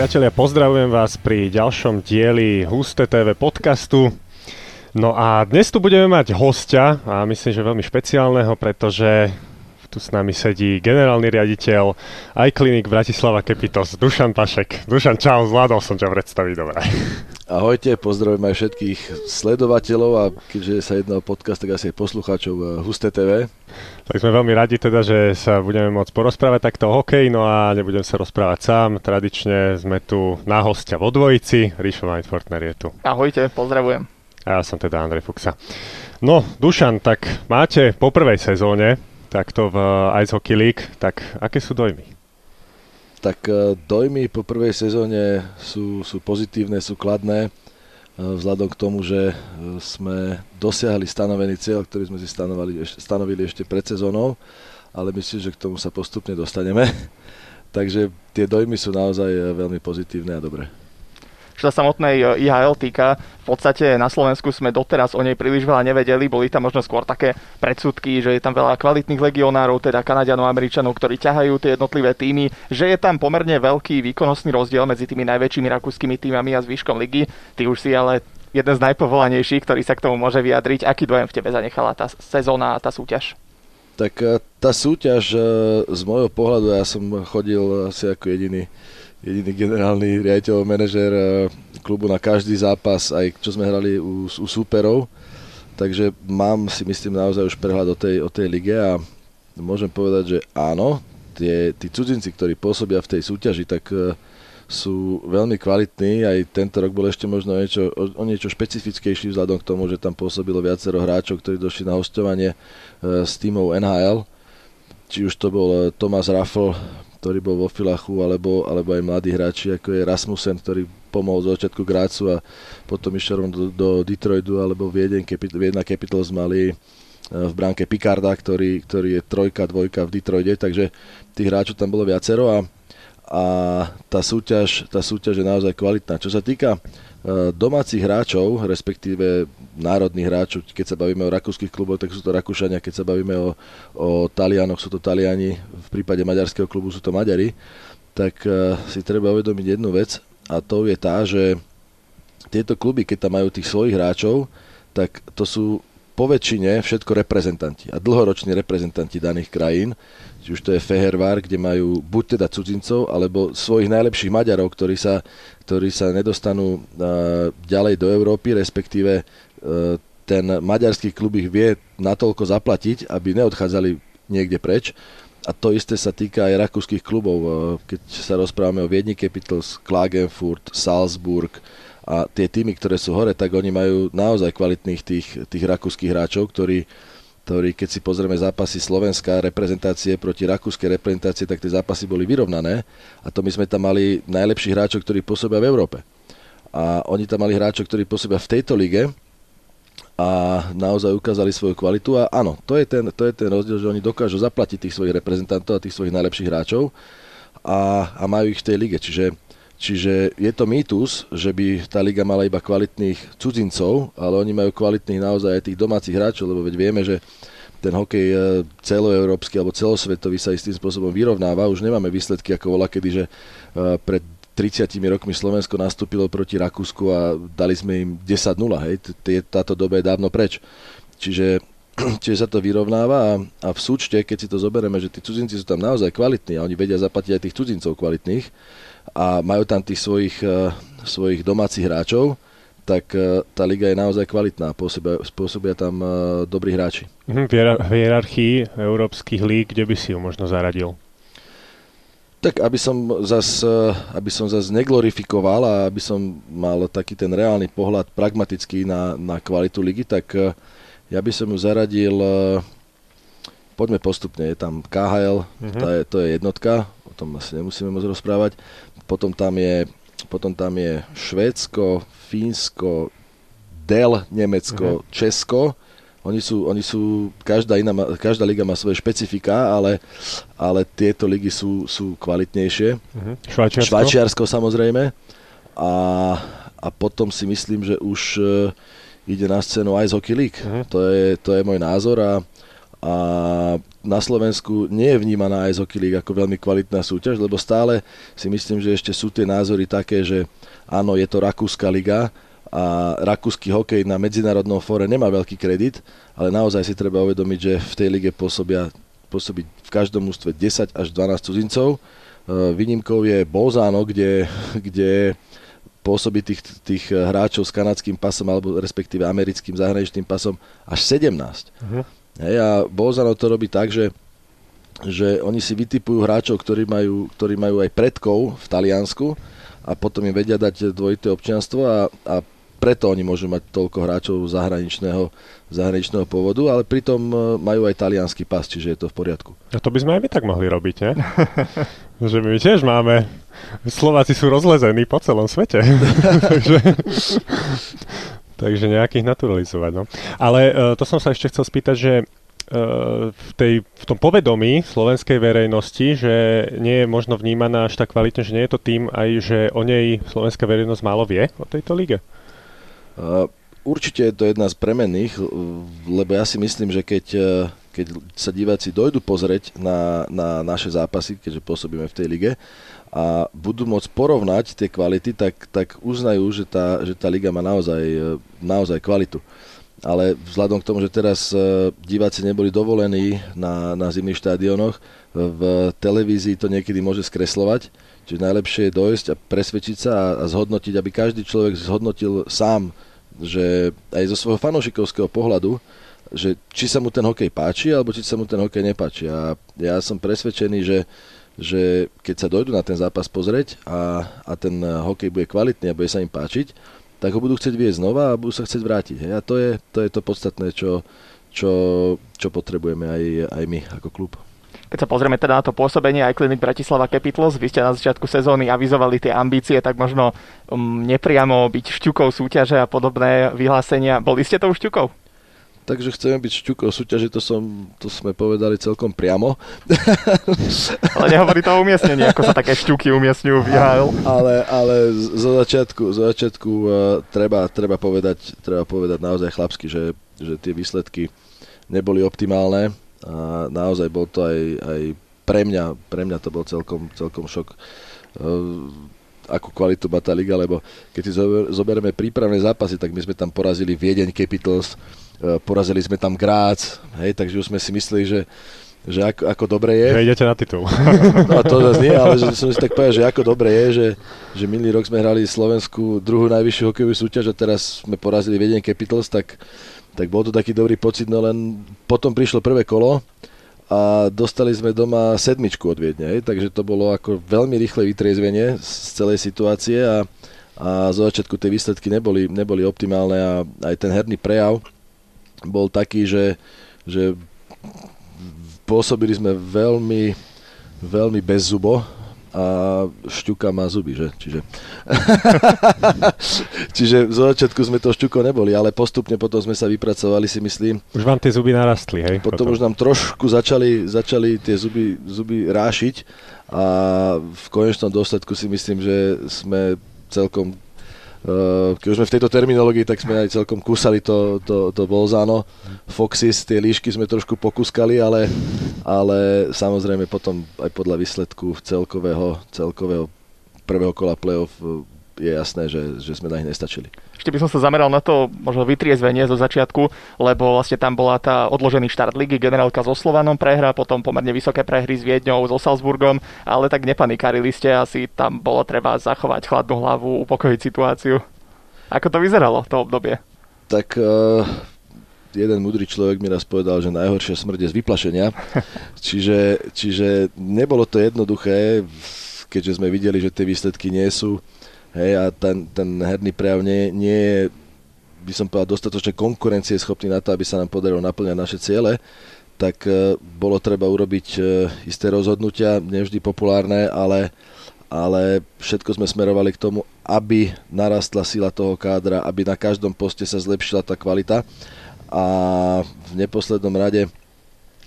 priatelia, pozdravujem vás pri ďalšom dieli Husté TV podcastu. No a dnes tu budeme mať hostia, a myslím, že veľmi špeciálneho, pretože tu s nami sedí generálny riaditeľ iClinic Bratislava Capitals, Dušan Pašek. Dušan, čau, zvládol som ťa predstaviť, dobre. Ahojte, pozdravujem aj všetkých sledovateľov a keďže sa jedná o podcast, tak asi aj poslucháčov Husté TV. Tak sme veľmi radi teda, že sa budeme môcť porozprávať takto o hokeji, no a nebudem sa rozprávať sám. Tradične sme tu na hostia vo dvojici, Rišo Weitfortner je tu. Ahojte, pozdravujem. A ja som teda Andrej Fuxa. No, Dušan, tak máte po prvej sezóne takto v Ice Hockey League, tak aké sú dojmy? Tak dojmy po prvej sezóne sú pozitívne, sú kladné, vzhľadom k tomu, že sme dosiahli stanovený cieľ, ktorý sme si stanovili ešte pred sezónou, ale myslím, že k tomu sa postupne dostaneme. Takže tie dojmy sú naozaj veľmi pozitívne a dobré. Čo sa samotnej IHL týka, v podstate na Slovensku sme doteraz o nej príliš veľa nevedeli, boli tam možno skôr také predsudky, že je tam veľa kvalitných legionárov, teda Kanaďanov, Američanov, ktorí ťahajú tie jednotlivé týmy, že je tam pomerne veľký výkonnostný rozdiel medzi tými najväčšími rakúskymi týmami a zvyškom ligy. Ty už si ale jeden z najpovolanejších, ktorý sa k tomu môže vyjadriť. Aký dojem v tebe zanechala tá sezóna a tá súťaž? Tak tá súťaž z môjho pohľadu, ja som chodil asi ako jediný generálny riaditeľ, manažér klubu na každý zápas, aj čo sme hrali u súperov. Takže mám si myslím naozaj už prehľad o tej lige a môžem povedať, že áno, tí cudzinci, ktorí pôsobia v tej súťaži, tak sú veľmi kvalitní. Aj tento rok bol ešte možno o niečo špecifickejší vzhľadom k tomu, že tam pôsobilo viacero hráčov, ktorí došli na hosťovanie z tímov NHL. Či už to bol Thomas Raffl, ktorý bol vo Filachu, alebo aj mladí hráči, ako je Rasmussen, ktorý pomohol z začiatku Grácu a potom išiel do Detroitu, alebo Viedna Capitals mali v bránke Picarda, ktorý je 3-2 v Detroite, takže tých hráčov tam bolo viacero a tá súťaž je naozaj kvalitná. Čo sa týka domácich hráčov, respektíve národných hráčov, keď sa bavíme o rakúskych kluboch, tak sú to Rakúšania, keď sa bavíme o Talianoch, sú to Taliani, v prípade maďarského klubu sú to Maďari, tak si treba uvedomiť jednu vec a to je tá, že tieto kluby, keď tam majú tých svojich hráčov, tak to sú po väčšine všetko reprezentanti a dlhoroční reprezentanti daných krajín, či už to je Fehervár, kde majú buď teda cudzincov, alebo svojich najlepších Maďarov, ktorí sa nedostanú ďalej do Európy, respektíve ten maďarský klub ich vie natoľko zaplatiť, aby neodchádzali niekde preč. A to isté sa týka aj rakúskych klubov. Keď sa rozprávame o Viedni Capitals, Klagenfurt, Salzburg a tie týmy, ktoré sú hore, tak oni majú naozaj kvalitných tých rakúskych hráčov, ktorí keď si pozrieme zápasy slovenská reprezentácie proti rakúskej reprezentácie, tak tie zápasy boli vyrovnané a to my sme tam mali najlepších hráčov, ktorí pôsobia v Európe. A oni tam mali hráčov, ktorí pôsobia v tejto lige a naozaj ukázali svoju kvalitu a áno, to je ten rozdiel, že oni dokážu zaplatiť tých svojich reprezentantov a tých svojich najlepších hráčov a majú ich v tej lige. Čiže je to mýtus, že by tá liga mala iba kvalitných cudzincov, ale oni majú kvalitných naozaj aj tých domácich hráčov, lebo veď vieme, že ten hokej celoeurópsky alebo celosvetový sa istým spôsobom vyrovnáva. Už nemáme výsledky ako voľakedy, že pred 30 rokmi Slovensko nastúpilo proti Rakúsku a dali sme im 10-0. Táto doba je dávno preč. Čiže sa to vyrovnáva a v súčte, keď si to zoberieme, že tí cudzinci sú tam naozaj kvalitní a oni vedia zaplatiť aj tých cudzincov kvalitných, a majú tam tých svojich domácich hráčov, tak tá liga je naozaj kvalitná. Pôsobia tam dobrí hráči. V hierarchii európskych líg, kde by si ju možno zaradil? Tak aby som zas neglorifikoval a aby som mal taký ten reálny pohľad pragmatický na kvalitu ligy, tak ja by som ju zaradil, poďme postupne, je tam KHL, to je jednotka, o tom asi nemusíme moc rozprávať. Potom tam je Švédsko, Fínsko, DEL, Nemecko, Česko. Oni sú každá liga má svoje špecifika, ale tieto ligy sú kvalitnejšie. Švajčiarsko samozrejme. A potom si myslím, že už ide na scénu Ice Hockey League. To je môj názor a a na Slovensku nie je vnímaná Ice Hockey League ako veľmi kvalitná súťaž, lebo stále si myslím, že ešte sú tie názory také, že áno, je to rakúska liga a rakúsky hokej na medzinárodnom fóre nemá veľký kredit, ale naozaj si treba uvedomiť, že v tej lige pôsobí v každom mužstve 10 až 12 cudzincov. Výnimkou je Bolzano, kde pôsobí tých hráčov s kanadským pasom alebo respektíve americkým zahraničným pasom až 17. Hej, a Bolzano to robí tak, že oni si vytipujú hráčov, ktorí majú aj predkov v Taliansku a potom im vedia dať dvojité občianstvo a preto oni môžu mať toľko hráčov zahraničného pôvodu, ale pritom majú aj taliansky pas, čiže je to v poriadku. A to by sme aj my tak mohli robiť, ne? Že my tiež máme. Slováci sú rozlezení po celom svete. Takže nejakých naturalizovať. No. Ale to som sa ešte chcel spýtať, že v tom povedomí slovenskej verejnosti, že nie je možno vnímaná až tak kvalitne, že nie je to tým aj, že o nej slovenská verejnosť málo vie o tejto lige? Určite je to jedna z premenných, lebo ja si myslím, že keď sa diváci dojdú pozrieť na naše zápasy, keďže pôsobíme v tej lige a budú môcť porovnať tie kvality, tak uznajú, že tá liga má naozaj kvalitu. Ale vzhľadom k tomu, že teraz diváci neboli dovolení na zimných štádionoch, v televízii to niekedy môže skreslovať, čiže najlepšie je dojsť a presvedčiť sa a zhodnotiť, aby každý človek zhodnotil sám, že aj zo svojho fanúšikovského pohľadu, že či sa mu ten hokej páči, alebo či sa mu ten hokej nepáči. A ja som presvedčený, že keď sa dojdú na ten zápas pozrieť a ten hokej bude kvalitný a bude sa im páčiť, tak ho budú chcieť viesť znova a budú sa chcieť vrátiť. Hej? A to je to podstatné, čo potrebujeme aj my ako klub. Keď sa pozrieme teda na to pôsobenie aj Klinik Bratislava Capitals, vy ste na začiatku sezóny avizovali tie ambície, tak možno nepriamo byť šťukou súťaže a podobné vyhlásenia. Boli ste tou šťukou? Takže chceme byť šťukou súťaže, to sme povedali celkom priamo. Ale nehovorí to o umiestnení, ako sa také šťuky umiestňujú v IHL. Ale zo začiatku treba povedať naozaj chlapsky, že tie výsledky neboli optimálne. A naozaj bol to aj pre mňa to bol celkom šok, akú kvalitu má tá liga, lebo keď si zoberieme prípravné zápasy, tak my sme tam porazili Viedeň Capitals, porazili sme tam Grác, hej, takže už sme si mysleli, že ako dobre je. Že idete na titul. No to zase nie, ale že som si tak povedal, že ako dobre je, že minulý rok sme hrali Slovensku druhú najvyššiu hokejovú súťaž a teraz sme porazili Viedeň Capitals, tak bol to taký dobrý pocit, no len potom prišlo prvé kolo a dostali sme doma 7 od Viedne, takže to bolo ako veľmi rýchle vytriezvenie z celej situácie a zo začiatku tie výsledky neboli optimálne a aj ten herný prejav bol taký, že pôsobili sme veľmi, veľmi bezzubo a šťuka má zuby, že? Čiže zo začiatku sme to šťuko neboli, ale postupne potom sme sa vypracovali, si myslím. Už vám tie zuby narastli, hej? Potom už nám trošku začali tie zuby rášiť a v konečnom dôsledku si myslím, že sme celkom, keď už sme v tejto terminológii, tak sme aj celkom kúsali to Bolzano. Foxys, tie líšky sme trošku pokúskali, ale samozrejme potom aj podľa výsledku celkového prvého kola play-off je jasné, že sme na nich nestačili. Ešte by som sa zameral na to možno vytriezvenie zo začiatku, lebo vlastne tam bola tá odložený štart ligy, Generálka so Slovanom prehra, potom pomerne vysoké prehry s Viedňou, so Salzburgom, ale tak nepanikárili ste, asi tam bolo treba zachovať chladnú hlavu, upokojiť situáciu. Ako to vyzeralo, to obdobie? Tak jeden múdry človek mi raz povedal, že najhoršia smrť je z vyplašenia, čiže nebolo to jednoduché, keďže sme videli, že tie výsledky nie sú. Hej, a ten herný prejav nie je, by som povedal, dostatočne konkurencieschopný na to, aby sa nám podarilo naplňať naše ciele, tak bolo treba urobiť isté rozhodnutia, nevždy populárne, ale všetko sme smerovali k tomu, aby narastla sila toho kádra, aby na každom poste sa zlepšila tá kvalita a v neposlednom rade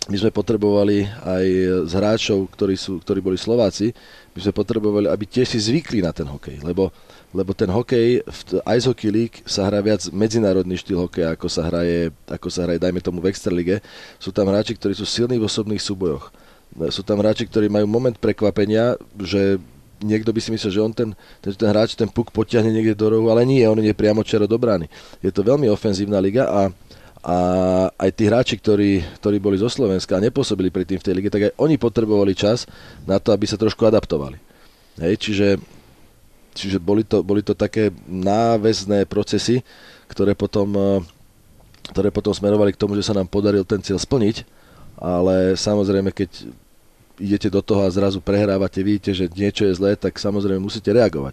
my sme potrebovali aj z hráčov, ktorí boli Slováci, my sme potrebovali, aby tiež si zvykli na ten hokej, lebo ten hokej v Ice Hockey League sa hrá viac medzinárodný štýl hokeja, ako sa hraje, dajme tomu, v Extralige. Sú tam hráči, ktorí sú silní v osobných súbojoch. Sú tam hráči, ktorí majú moment prekvapenia, že niekto by si myslel, že ten hráč ten puk potiahne niekde do rohu, ale nie, on je priamo čero do brány. Je to veľmi ofenzívna liga a aj tí hráči, ktorí boli zo Slovenska a nepôsobili predtým v tej lige, tak aj oni potrebovali čas na to, aby sa trošku adaptovali. Hej, čiže boli to také náväzné procesy, ktoré potom smerovali k tomu, že sa nám podaril ten cieľ splniť, ale samozrejme, keď idete do toho a zrazu prehrávate, vidíte, že niečo je zlé, tak samozrejme musíte reagovať.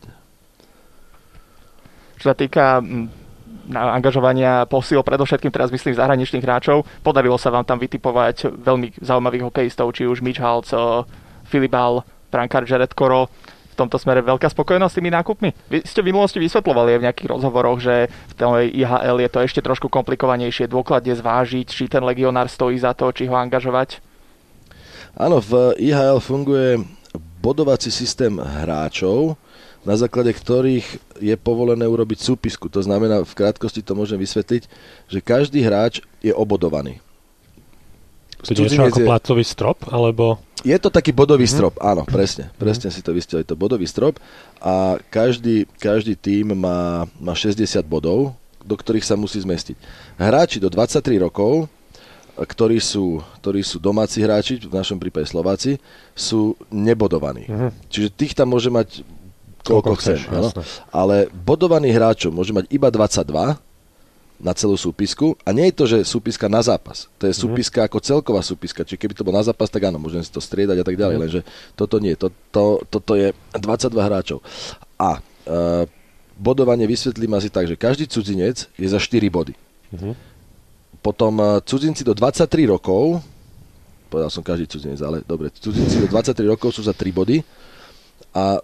Čo sa týka angažovania posil, predovšetkým teraz myslím zahraničných hráčov, podarilo sa vám tam vytipovať veľmi zaujímavých hokejistov, či už Mitch Halc, Filip Hall, Brankár Jared Koro. V tomto smere veľká spokojnosť s tými nákupmi? Vy ste v minulosti vysvetľovali aj v nejakých rozhovoroch, že v tej IHL je to ešte trošku komplikovanejšie dôkladne zvážiť, či ten legionár stojí za to, či ho angažovať. Áno, v IHL funguje bodovací systém hráčov, na základe ktorých je povolené urobiť súpisku. To znamená, v krátkosti to môžem vysvetliť, že každý hráč je obodovaný. To je niečo ako plácový strop, alebo... Je to taký bodový strop, áno, presne si to vystihli, je to bodový strop a každý tím má 60 bodov, do ktorých sa musí zmestiť. Hráči do 23 rokov, ktorí sú domáci hráči, v našom prípade Slováci, sú nebodovaní. Čiže tých tam môže mať koľko chcem. Ale bodovaných hráčov môže mať iba 22 na celú súpisku a nie je to, že súpiska na zápas. To je súpiska ako celková súpiska. Čiže keby to bol na zápas, tak áno, môžem si to striedať a tak ďalej. Lenže toto nie. Toto je 22 hráčov. A bodovanie vysvetlím asi tak, že každý cudzinec je za 4 body. Potom cudzinci do 23 rokov, povedal som každý cudzinec, ale dobre, cudzinci do 23 rokov sú za 3 body a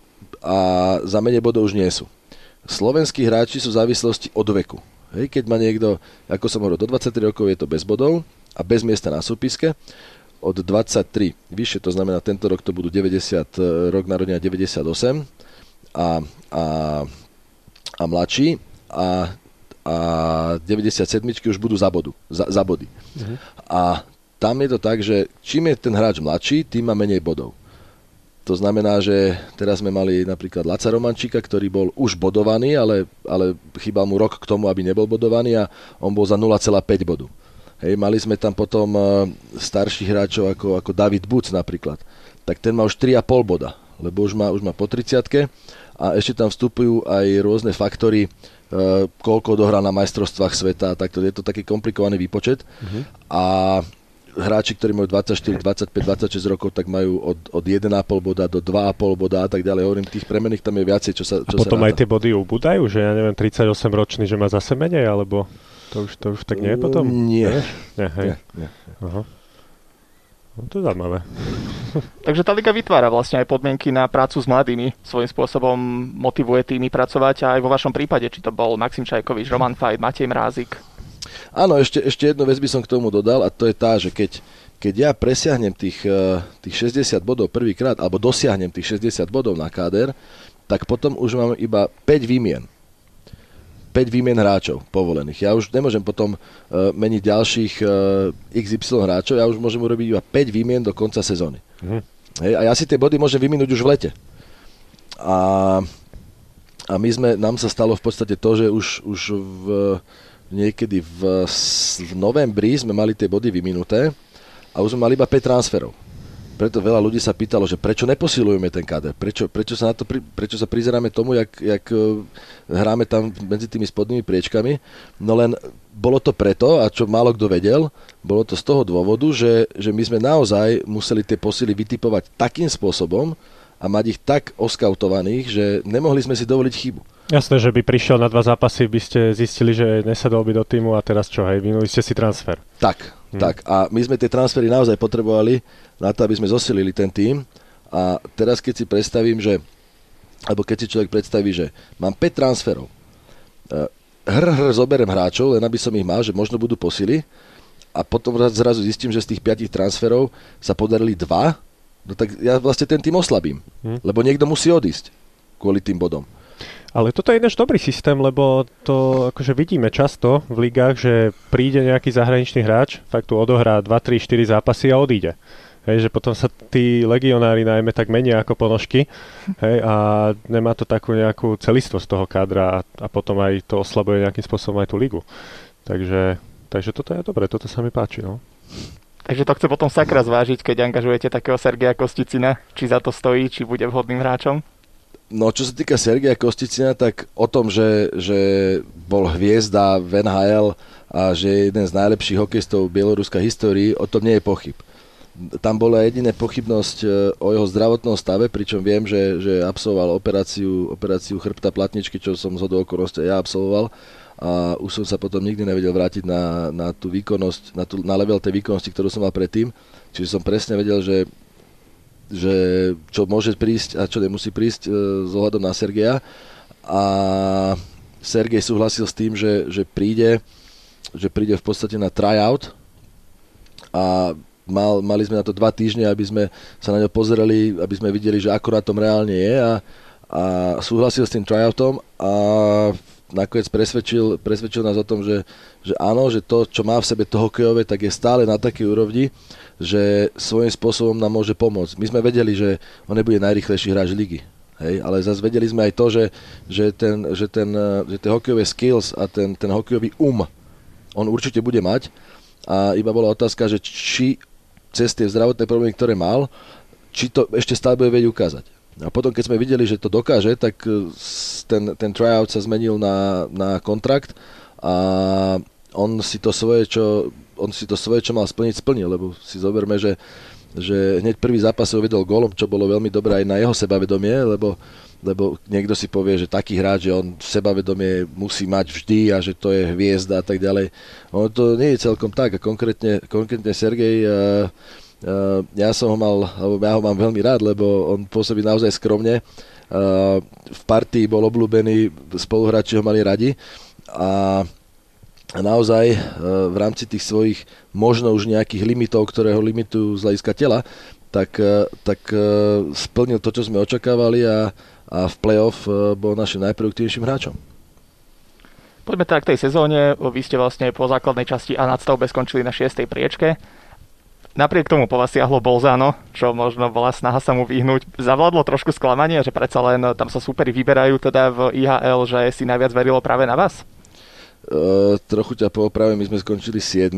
za menej bodov už nie sú. Slovenskí hráči sú v závislosti od veku. Hej, keď má niekto, ako som hovoril, do 23 rokov je to bez bodov a bez miesta na súpiske. Od 23 vyššie, to znamená, tento rok to budú 90, rok narodenia 98 a mladší a 97 už budú za body. A tam je to tak, že čím je ten hráč mladší, tým má menej bodov. To znamená, že teraz sme mali napríklad Laca Romančíka, ktorý bol už bodovaný, ale chýbal mu rok k tomu, aby nebol bodovaný a on bol za 0,5 bodu. Hej, mali sme tam potom starších hráčov ako David Buc napríklad. Tak ten má už 3,5 boda, lebo už má po 30-ke a ešte tam vstupujú aj rôzne faktory, koľko dohrá na majstrovstvách sveta, takto je to taký komplikovaný výpočet. A hráči, ktorí majú 24, 25, 26 rokov, tak majú od 1,5 boda do 2,5 boda a tak ďalej. Hovorím, tých premenných tam je viacej, čo sa potom aj tie body ubúdajú, že ja neviem, 38-ročný, že má zase menej, alebo to už tak nie je potom? Nie. Nie. Aha. No to je zaujímavé. Takže tá liga vytvára vlastne aj podmienky na prácu s mladými. Svojím spôsobom motivuje týmy pracovať a aj vo vašom prípade, či to bol Maxim Čajkovič, Roman Fajt, Matej Mrázik. Áno, ešte jednu vec by som k tomu dodal a to je tá, že keď ja presiahnem tých 60 bodov prvýkrát alebo dosiahnem tých 60 bodov na káder, tak potom už mám iba 5 výmien. 5 výmien hráčov povolených. Ja už nemôžem potom meniť ďalších XY hráčov, ja už môžem urobiť iba 5 výmien do konca sezóny. Hej, a ja si tie body môžem vyminúť už v lete. A nám sa stalo v podstate to, že už niekedy v novembri sme mali tie body vyminuté a už sme mali iba 5 transferov. Preto veľa ľudí sa pýtalo, že prečo neposilujeme ten káder, prečo sa prizeráme tomu, jak hráme tam medzi tými spodnými priečkami. No len bolo to preto, a čo málo kto vedel, bolo to z toho dôvodu, že my sme naozaj museli tie posily vytipovať takým spôsobom a mať ich tak oskautovaných, že nemohli sme si dovoliť chybu. Jasné, že by prišiel na 2 zápasy, by ste zistili, že nesadol by do týmu a teraz čo, hej, vynuli ste si transfer. Tak. A my sme tie transfery naozaj potrebovali na to, aby sme zosilili ten tím. A teraz keď si predstavím, keď si človek predstaví, že mám 5 transferov, zoberiem hráčov, len aby som ich mal, že možno budú posily a potom zrazu zistím, že z tých 5 transferov sa podarili 2, no tak ja vlastne ten tým oslabím, lebo niekto musí odísť kvôli tým bodom. Ale toto je ináč dobrý systém, lebo to akože vidíme často v ligách, že príde nejaký zahraničný hráč, fakt tu odohrá 2, 3, 4 zápasy a odíde. Hej, že potom sa tí legionári najmä tak menia ako ponožky, hej, a nemá to takú nejakú celistvosť toho kádra a potom aj to oslabuje nejakým spôsobom aj tú ligu. Takže toto je dobré, toto sa mi páči. No. Takže to chce potom sakra zvážiť, keď angažujete takého Sergeja Kosticina, či za to stojí, či bude vhodným hráčom? No, čo sa týka Sergeja Kosticina, tak o tom, že bol hviezda v NHL a že je jeden z najlepších hokejistov v bieloruskej histórii, o tom nie je pochyb. Tam bola jediná pochybnosť o jeho zdravotnom stave, pričom viem, že absolvoval operáciu chrbta platničky, čo som zhodou okolností ja absolvoval a už som sa potom nikdy nevedel vrátiť na tú výkonnosť, na level tej výkonnosti, ktorú som mal predtým. Čiže som presne vedel, že čo môže prísť a čo nemusí prísť s ohľadom na Sergeja. A Sergej súhlasil s tým, že príde v podstate na tryout a mali sme na to 2 týždne, aby sme sa na ňo pozerali, aby sme videli, že ako na tom reálne je a súhlasil s tým tryoutom a nakoniec presvedčil nás o tom, že áno, že to, čo má v sebe to hokejové, tak je stále na takej úrovni, že svojím spôsobom nám môže pomôcť. My sme vedeli, že on nebude najrýchlejší hráč ligy. Hej, ale zase vedeli sme aj to, že tie hokejové skills a ten hokejový on určite bude mať. A iba bola otázka, že či cez tie zdravotné problémy, ktoré mal, či to ešte stále bude vedieť ukázať. A potom, keď sme videli, že to dokáže, tak ten tryout sa zmenil na kontrakt a on si to svoje, čo mal splniť, splnil, lebo si zoberme, že hneď prvý zápas ho vedol gólom, čo bolo veľmi dobré aj na jeho sebavedomie, lebo niekto si povie, že taký hráč, že on sebavedomie musí mať vždy a že to je hviezda a tak ďalej. Ono to nie je celkom tak a konkrétne Sergej, ja ho mám veľmi rád, lebo on pôsobí naozaj skromne. V partii bol obľúbený, spoluhráči ho mali radi a naozaj v rámci tých svojich možno už nejakých limitov, ktoré ho limitujú z hľadiska tela, tak splnil to, čo sme očakávali a v play-off bol našim najproduktívnejším hráčom. Poďme teda k tej sezóne. Vy ste vlastne po základnej časti a nadstavbe skončili na 6. priečke. Napriek tomu po vás siahlo Bolzano, čo možno bola snaha sa mu vyhnúť. Zavládlo trošku sklamanie, že predsa len tam sa superi vyberajú teda v IHL, že si najviac verilo práve na vás? Trochu ťa poopravím, my sme skončili 7.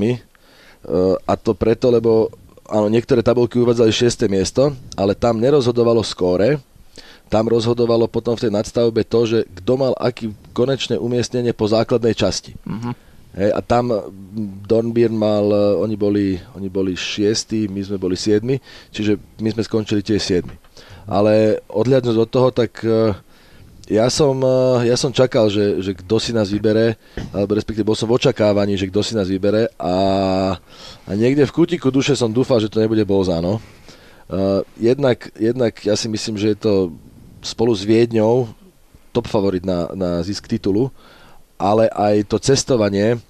A to preto, lebo áno, niektoré tabulky uvádzali 6. miesto, ale tam nerozhodovalo skóre. Tam rozhodovalo potom v tej nadstavbe to, že kto mal aký konečné umiestnenie po základnej časti. Hej, a tam Dornbirn oni boli 6, my sme boli 7, čiže my sme skončili tiež 7. Ale odhľadnúť od toho, tak ja som čakal, že kto si nás vybere, alebo respektíve bol som v očakávaní, že kto si nás vybere a niekde v kútiku duše som dúfal, že to nebude Bolzano. Jednak ja si myslím, že je to spolu s Viedňou top favorit na zisk titulu, ale aj to cestovanie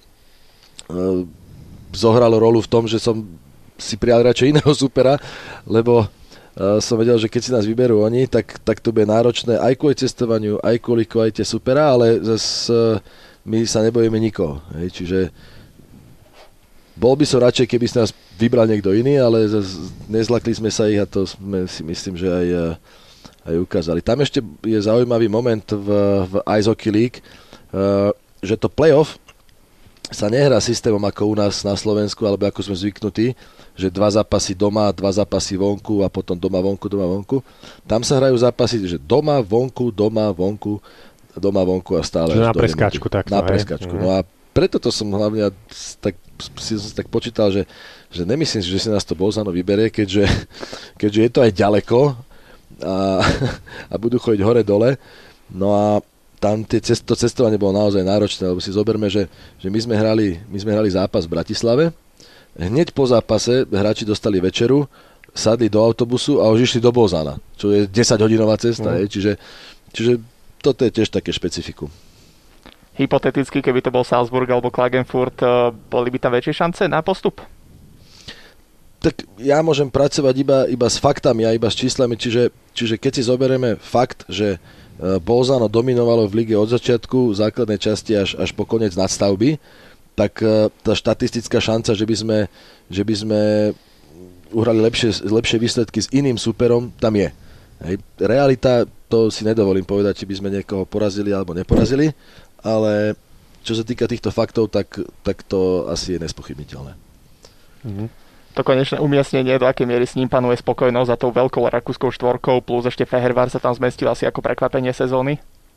zohralo rolu v tom, že som si prijal radšej iného supera, lebo som vedel, že keď si nás vyberú oni, tak to bude náročné aj kvôli cestovaniu, aj kvôli kvalite supera, ale zase my sa nebojíme nikoho. Hej, čiže bol by som radšej, keby si nás vybral niekto iný, ale nezlakli sme sa ich a to sme si myslím, že aj ukázali. Tam ešte je zaujímavý moment v Ice Hockey League, že to playoff sa nehrá systémom ako u nás na Slovensku, alebo ako sme zvyknutí, že 2 zápasy doma, 2 zápasy vonku a potom doma, vonku, doma, vonku. Tam sa hrajú zápasy, že doma, vonku, doma, vonku, doma, vonku a stále. Čiže na preskačku takto. Na preskačku. No a preto to som hlavne tak počítal, že nemyslím si, že si nás to Bolzano vyberie, keďže je to aj ďaleko a budú chodiť hore-dole. No a tam to cestovanie bolo naozaj náročné, lebo si zoberme, že my sme hrali zápas v Bratislave, hneď po zápase hráči dostali večeru, sadli do autobusu a už išli do Bolzana, čo je 10-hodinová cesta, čiže toto je tiež také špecifikum. hypoteticky, keby to bol Salzburg alebo Klagenfurt, boli by tam väčšie šance na postup? Tak ja môžem pracovať iba s faktami a iba s číslami, čiže keď si zoberieme fakt, že Bolzano dominovalo v lige od začiatku, základnej časti až po koniec nadstavby, tak tá štatistická šanca, že by sme uhrali lepšie výsledky s iným súperom, tam je. Hej. Realita, to si nedovolím povedať, či by sme niekoho porazili alebo neporazili, ale čo sa týka týchto faktov, tak to asi je nespochybniteľné. To konečné umiestnenie, do akej miery s ním panuje spokojnosť za tou veľkou rakúskou štvorkou, plus ešte Fehervar sa tam zmestil asi ako prekvapenie sezóny?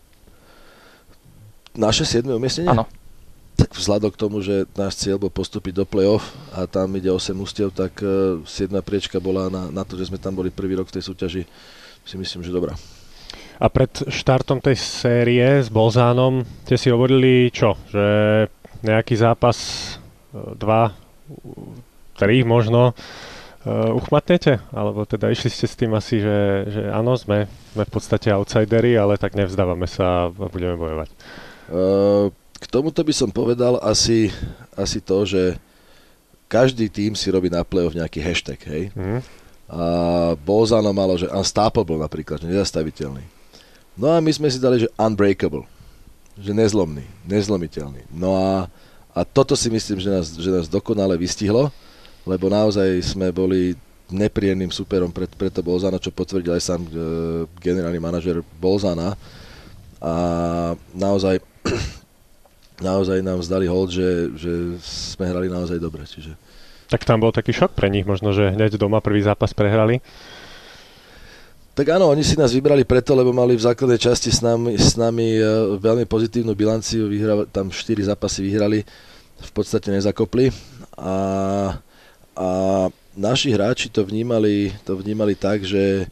Naše 7. umiestnenie? Áno. Tak vzhľadom k tomu, že náš cieľ bol postúpiť do play-off a tam ide 8 ústiev, tak 7. priečka bola na to, že sme tam boli prvý rok v tej súťaži, si myslím, že dobrá. A pred štartom tej série s Bolzánom ste si hovorili čo? Že nejaký zápas 2, 3 možno uchmatnete? Alebo teda išli ste s tým asi, že áno, sme v podstate outsideri, ale tak nevzdávame sa a budeme bojovať. K tomuto by som povedal asi to, že každý tým si robí na play-off nejaký hashtag, hej? A Bolzano malo, že unstoppable napríklad, že nezastaviteľný. No a my sme si dali, že unbreakable, že nezlomný, nezlomiteľný. No a toto si myslím, že nás dokonale vystihlo, lebo naozaj sme boli nepríjemným súperom pre to Bolzano, čo potvrdil aj sám generálny manažer Bolzana. A naozaj nám zdali hold, že sme hrali naozaj dobre. Čiže... Tak tam bol taký šok pre nich, možno, že hneď doma prvý zápas prehrali. Tak áno, oni si nás vybrali preto, lebo mali v základnej časti s nami veľmi pozitívnu bilanciu, tam 4 zápasy vyhrali, v podstate nezakopli a naši hráči to vnímali tak, že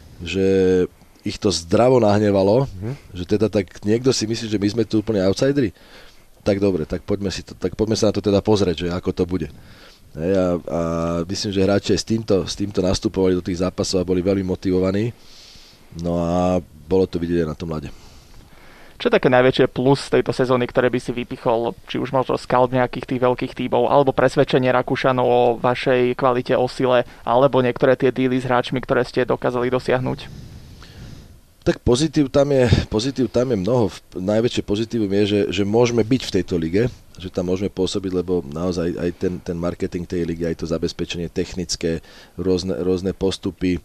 ich to zdravo nahnevalo, že teda tak niekto si myslí, že my sme tu úplne outsideri. Tak dobre, tak poďme sa na to teda pozrieť, že ako to bude. A myslím, že hráči s týmto nastupovali do tých zápasov a boli veľmi motivovaní. No a bolo to vidieť aj na tom ľade. Čo je také najväčšie plus tejto sezóny, ktoré by si vypichol, či už možno scout nejakých tých veľkých tímov, alebo presvedčenie Rakúšanov o vašej kvalite, o sile, alebo niektoré tie díly s hráčmi, ktoré ste dokázali dosiahnuť? Tak pozitív tam je mnoho. Najväčšie pozitívum je, že môžeme byť v tejto lige, že tam môžeme pôsobiť, lebo naozaj aj ten marketing tej ligy, aj to zabezpečenie technické, rôzne postupy,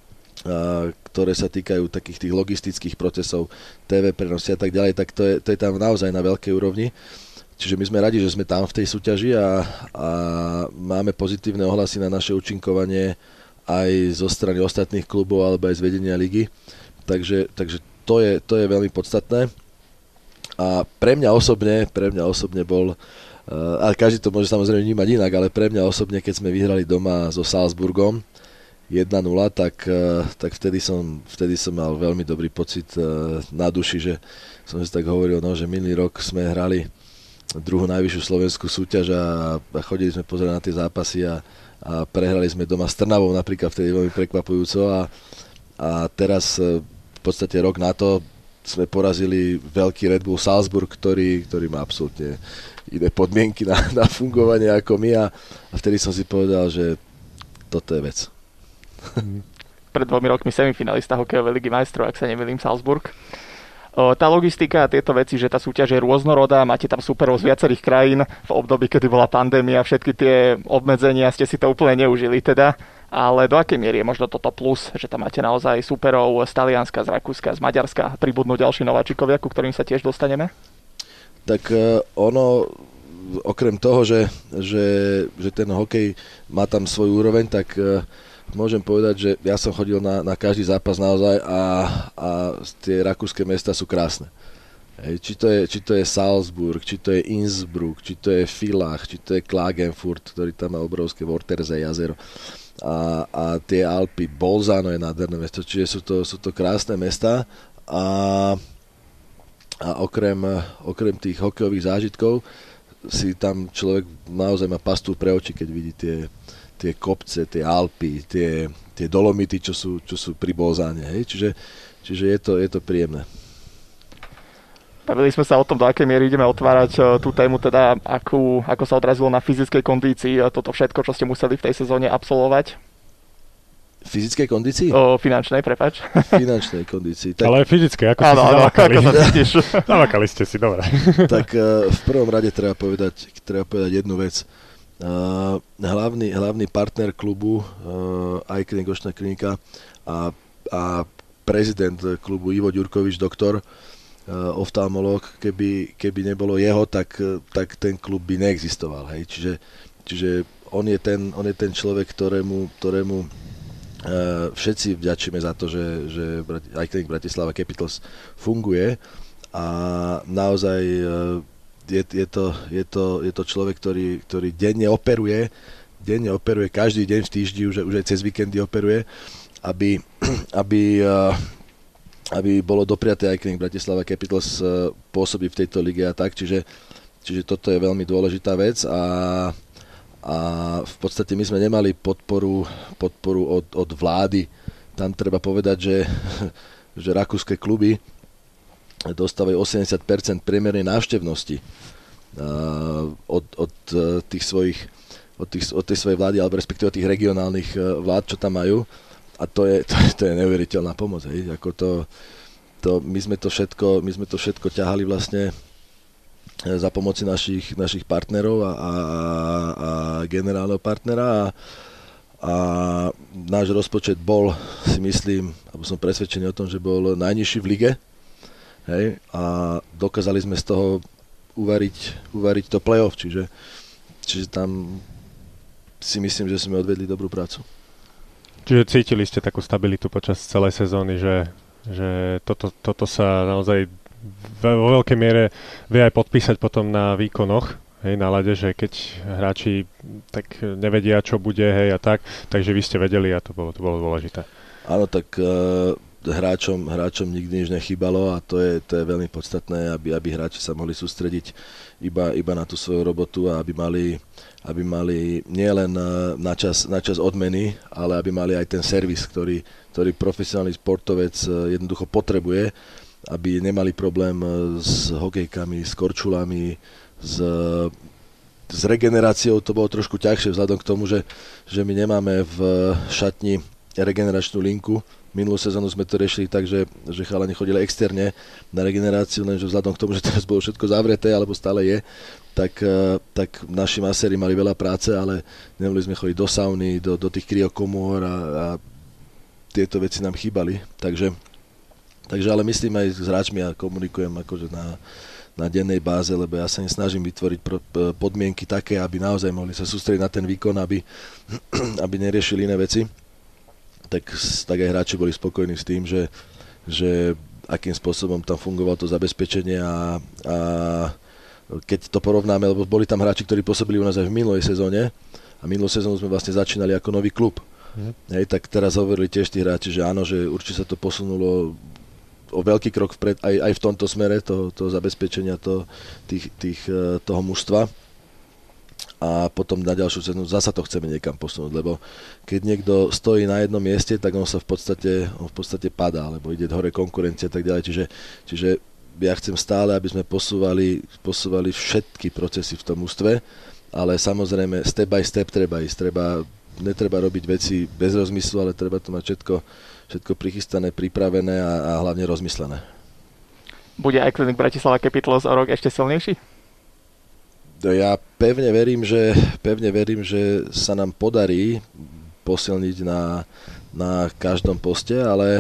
ktoré sa týkajú takých tých logistických procesov, TV prenosy a tak ďalej, tak to je tam naozaj na veľkej úrovni. Čiže my sme radi, že sme tam v tej súťaži a máme pozitívne ohlasy na naše účinkovanie aj zo strany ostatných klubov alebo aj z vedenia ligy. Takže to je veľmi podstatné. A pre mňa osobne bol, ale každý to môže samozrejme vnímať inak, ale pre mňa osobne, keď sme vyhrali doma so Salzburgom 1-0, tak vtedy som mal veľmi dobrý pocit na duši, že som si tak hovoril, že minulý rok sme hrali druhú najvyššiu slovenskú súťaž a chodili sme pozerať na tie zápasy a prehrali sme doma s Trnavou napríklad, vtedy veľmi prekvapujúco a teraz v podstate rok na to sme porazili veľký Red Bull Salzburg, ktorý má absolútne iné podmienky na fungovanie ako my a vtedy som si povedal, že toto je vec. Pred 2 rokmi semifinalista hokejovej ligy majstrov, ak sa nemýlim, Salzburg. Tá logistika a tieto veci, že tá súťaž je rôznorodá, máte tam superov z viacerých krajín, v období, kedy bola pandémia, všetky tie obmedzenia, ste si to úplne neužili teda, ale do akej miery je možno toto plus, že tam máte naozaj superov z Talianska, z Rakúska, z Maďarska, pribudnú ďalší nováčikovia, ku ktorým sa tiež dostaneme? Tak ono, okrem toho, že ten hokej má tam svoju úroveň, tak môžem povedať, že ja som chodil na každý zápas naozaj a tie rakúske mesta sú krásne. Hej, či to je Salzburg, či to je Innsbruck, či to je Villach, či to je Klagenfurt, ktorý tam má obrovské Wörthersee jazero. A tie Alpy, Bolzano je nádherné mesto, čiže sú to krásne mesta a okrem tých hokejových zážitkov si tam človek naozaj má pastúr pre oči, keď vidí tie kopce, tie Alpy, tie Dolomity, čo sú pri Bolzáne, hej? Čiže je to príjemné. Bavili sme sa o tom, do akej miery ideme otvárať tú tému, teda ako sa odrazilo na fyzickej kondícii toto všetko, čo ste museli v tej sezóne absolvovať. Fyzickej kondícii? Finančnej, prepáč. Finančnej kondícii. Tak... Ale aj fyzické, ako ste si zamakali. Ako sa cítiš? Zamakali ste si, dobre. Tak v prvom rade treba povedať jednu vec. Hlavný partner klubu, aj Košná klinika a prezident klubu Ivo Ďurkovič, doktor, oftalmológ, keby nebolo jeho, tak ten klub by neexistoval. Hej. Čiže on je ten človek, ktorému všetci vďačíme za to, že aj klinik Bratislava Capitals funguje a naozaj je to človek, ktorý denne operuje každý deň v týždni, už aj cez víkendy operuje, aby bolo dopriaté aj klinik Bratislava Capitals pôsobí v tejto lige a tak, čiže toto je veľmi dôležitá vec a v podstate my sme nemali podporu od vlády. Tam treba povedať, že rakúske kluby dostávajú 80% priemernej návštevnosti od tej svojej vlády, alebo respektíve od tých regionálnych vlád, čo tam majú. A to je neuveriteľná pomoc. Hej. My sme to všetko ťahali vlastne za pomoci našich partnerov a generálneho partnera a náš rozpočet bol, si myslím, alebo som presvedčený o tom, že bol najnižší v lige. Hej, a dokázali sme z toho uvariť to play-off, čiže tam si myslím, že sme odvedli dobrú prácu. Čiže cítili ste takú stabilitu počas celej sezóny, že toto sa naozaj vo veľkej miere vie aj podpísať potom na výkonoch, hej, na ľade, že keď hráči tak nevedia, čo bude, hej, a tak, takže vy ste vedeli a to bolo dôležité. Áno, tak hráčom nikdy nič nechýbalo a to je veľmi podstatné, aby hráči sa mohli sústrediť iba na tú svoju robotu a aby mali nielen na čas odmeny, ale aby mali aj ten servis, ktorý profesionálny športovec jednoducho potrebuje, aby nemali problém s hokejkami, s korčulami, s regeneráciou. To bolo trošku ťažšie vzhľadom k tomu, že my nemáme v šatni regeneračnú linku. Minulú sezónu sme to riešili tak, že chalani chodili externe na regeneráciu, lenže vzhľadom k tomu, že teraz bolo všetko zavreté, alebo stále je, tak naši maséri mali veľa práce, ale nemohli sme chodiť do sauny, do tých kryokomôr a tieto veci nám chýbali. Takže ale myslím aj s hráčmi a komunikujem akože na dennej báze, lebo ja sa snažím vytvoriť podmienky také, aby naozaj mohli sa sústrediť na ten výkon, aby neriešili iné veci. Tak aj hráči boli spokojní s tým, že akým spôsobom tam fungovalo to zabezpečenie a keď to porovnáme, lebo boli tam hráči, ktorí pôsobili u nás aj v minulej sezóne a minulú sezónu sme vlastne začínali ako nový klub. Hej, tak teraz hovorili tiež tí hráči, že áno, že určite sa to posunulo o veľký krok vpred aj v tomto smere toho zabezpečenia toho mužstva. A potom na ďalšiu cenu zasa to chceme niekam posunúť, lebo keď niekto stojí na jednom mieste, tak on v podstate padá, alebo ide hore konkurencia a tak ďalej. Čiže ja chcem stále, aby sme posúvali všetky procesy v tom ústve, ale samozrejme step by step treba ísť. Netreba robiť veci bez rozmyslu, ale treba to mať všetko prichystané, pripravené a hlavne rozmyslené. Bude aj klinik Bratislava Capitals o rok ešte silnejší? Ja pevne verím, že sa nám podarí posilniť na každom poste, ale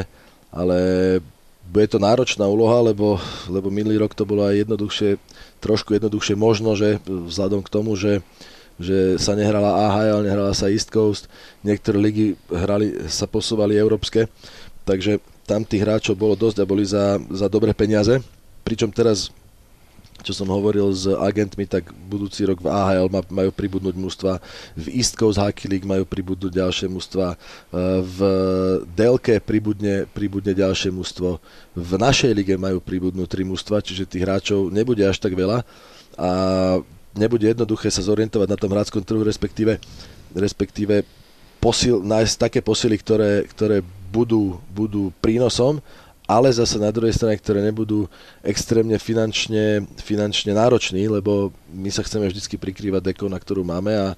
bude to náročná úloha, lebo minulý rok to bolo aj trošku jednoduchšie možno, že vzhľadom k tomu, že sa nehrala AHL, nehrala sa East Coast, niektoré ligy sa posúvali európske, takže tam tých hráčov bolo dosť a boli za dobré peniaze, pričom teraz, čo som hovoril s agentmi, tak budúci rok v AHL majú pribudnúť mužstva, v East Coast Hockey League majú pribudnúť ďalšie mužstva, v DLke pribudne ďalšie mužstvo, v našej lige majú pribudnúť 3 mužstva, čiže tých hráčov nebude až tak veľa a nebude jednoduché sa zorientovať na tom hráčskom trhu, respektíve nájsť také posily, ktoré budú prínosom ale zase na druhej strane, ktoré nebudú extrémne finančne nároční, lebo my sa chceme vždycky prikrývať dekou, na ktorú máme a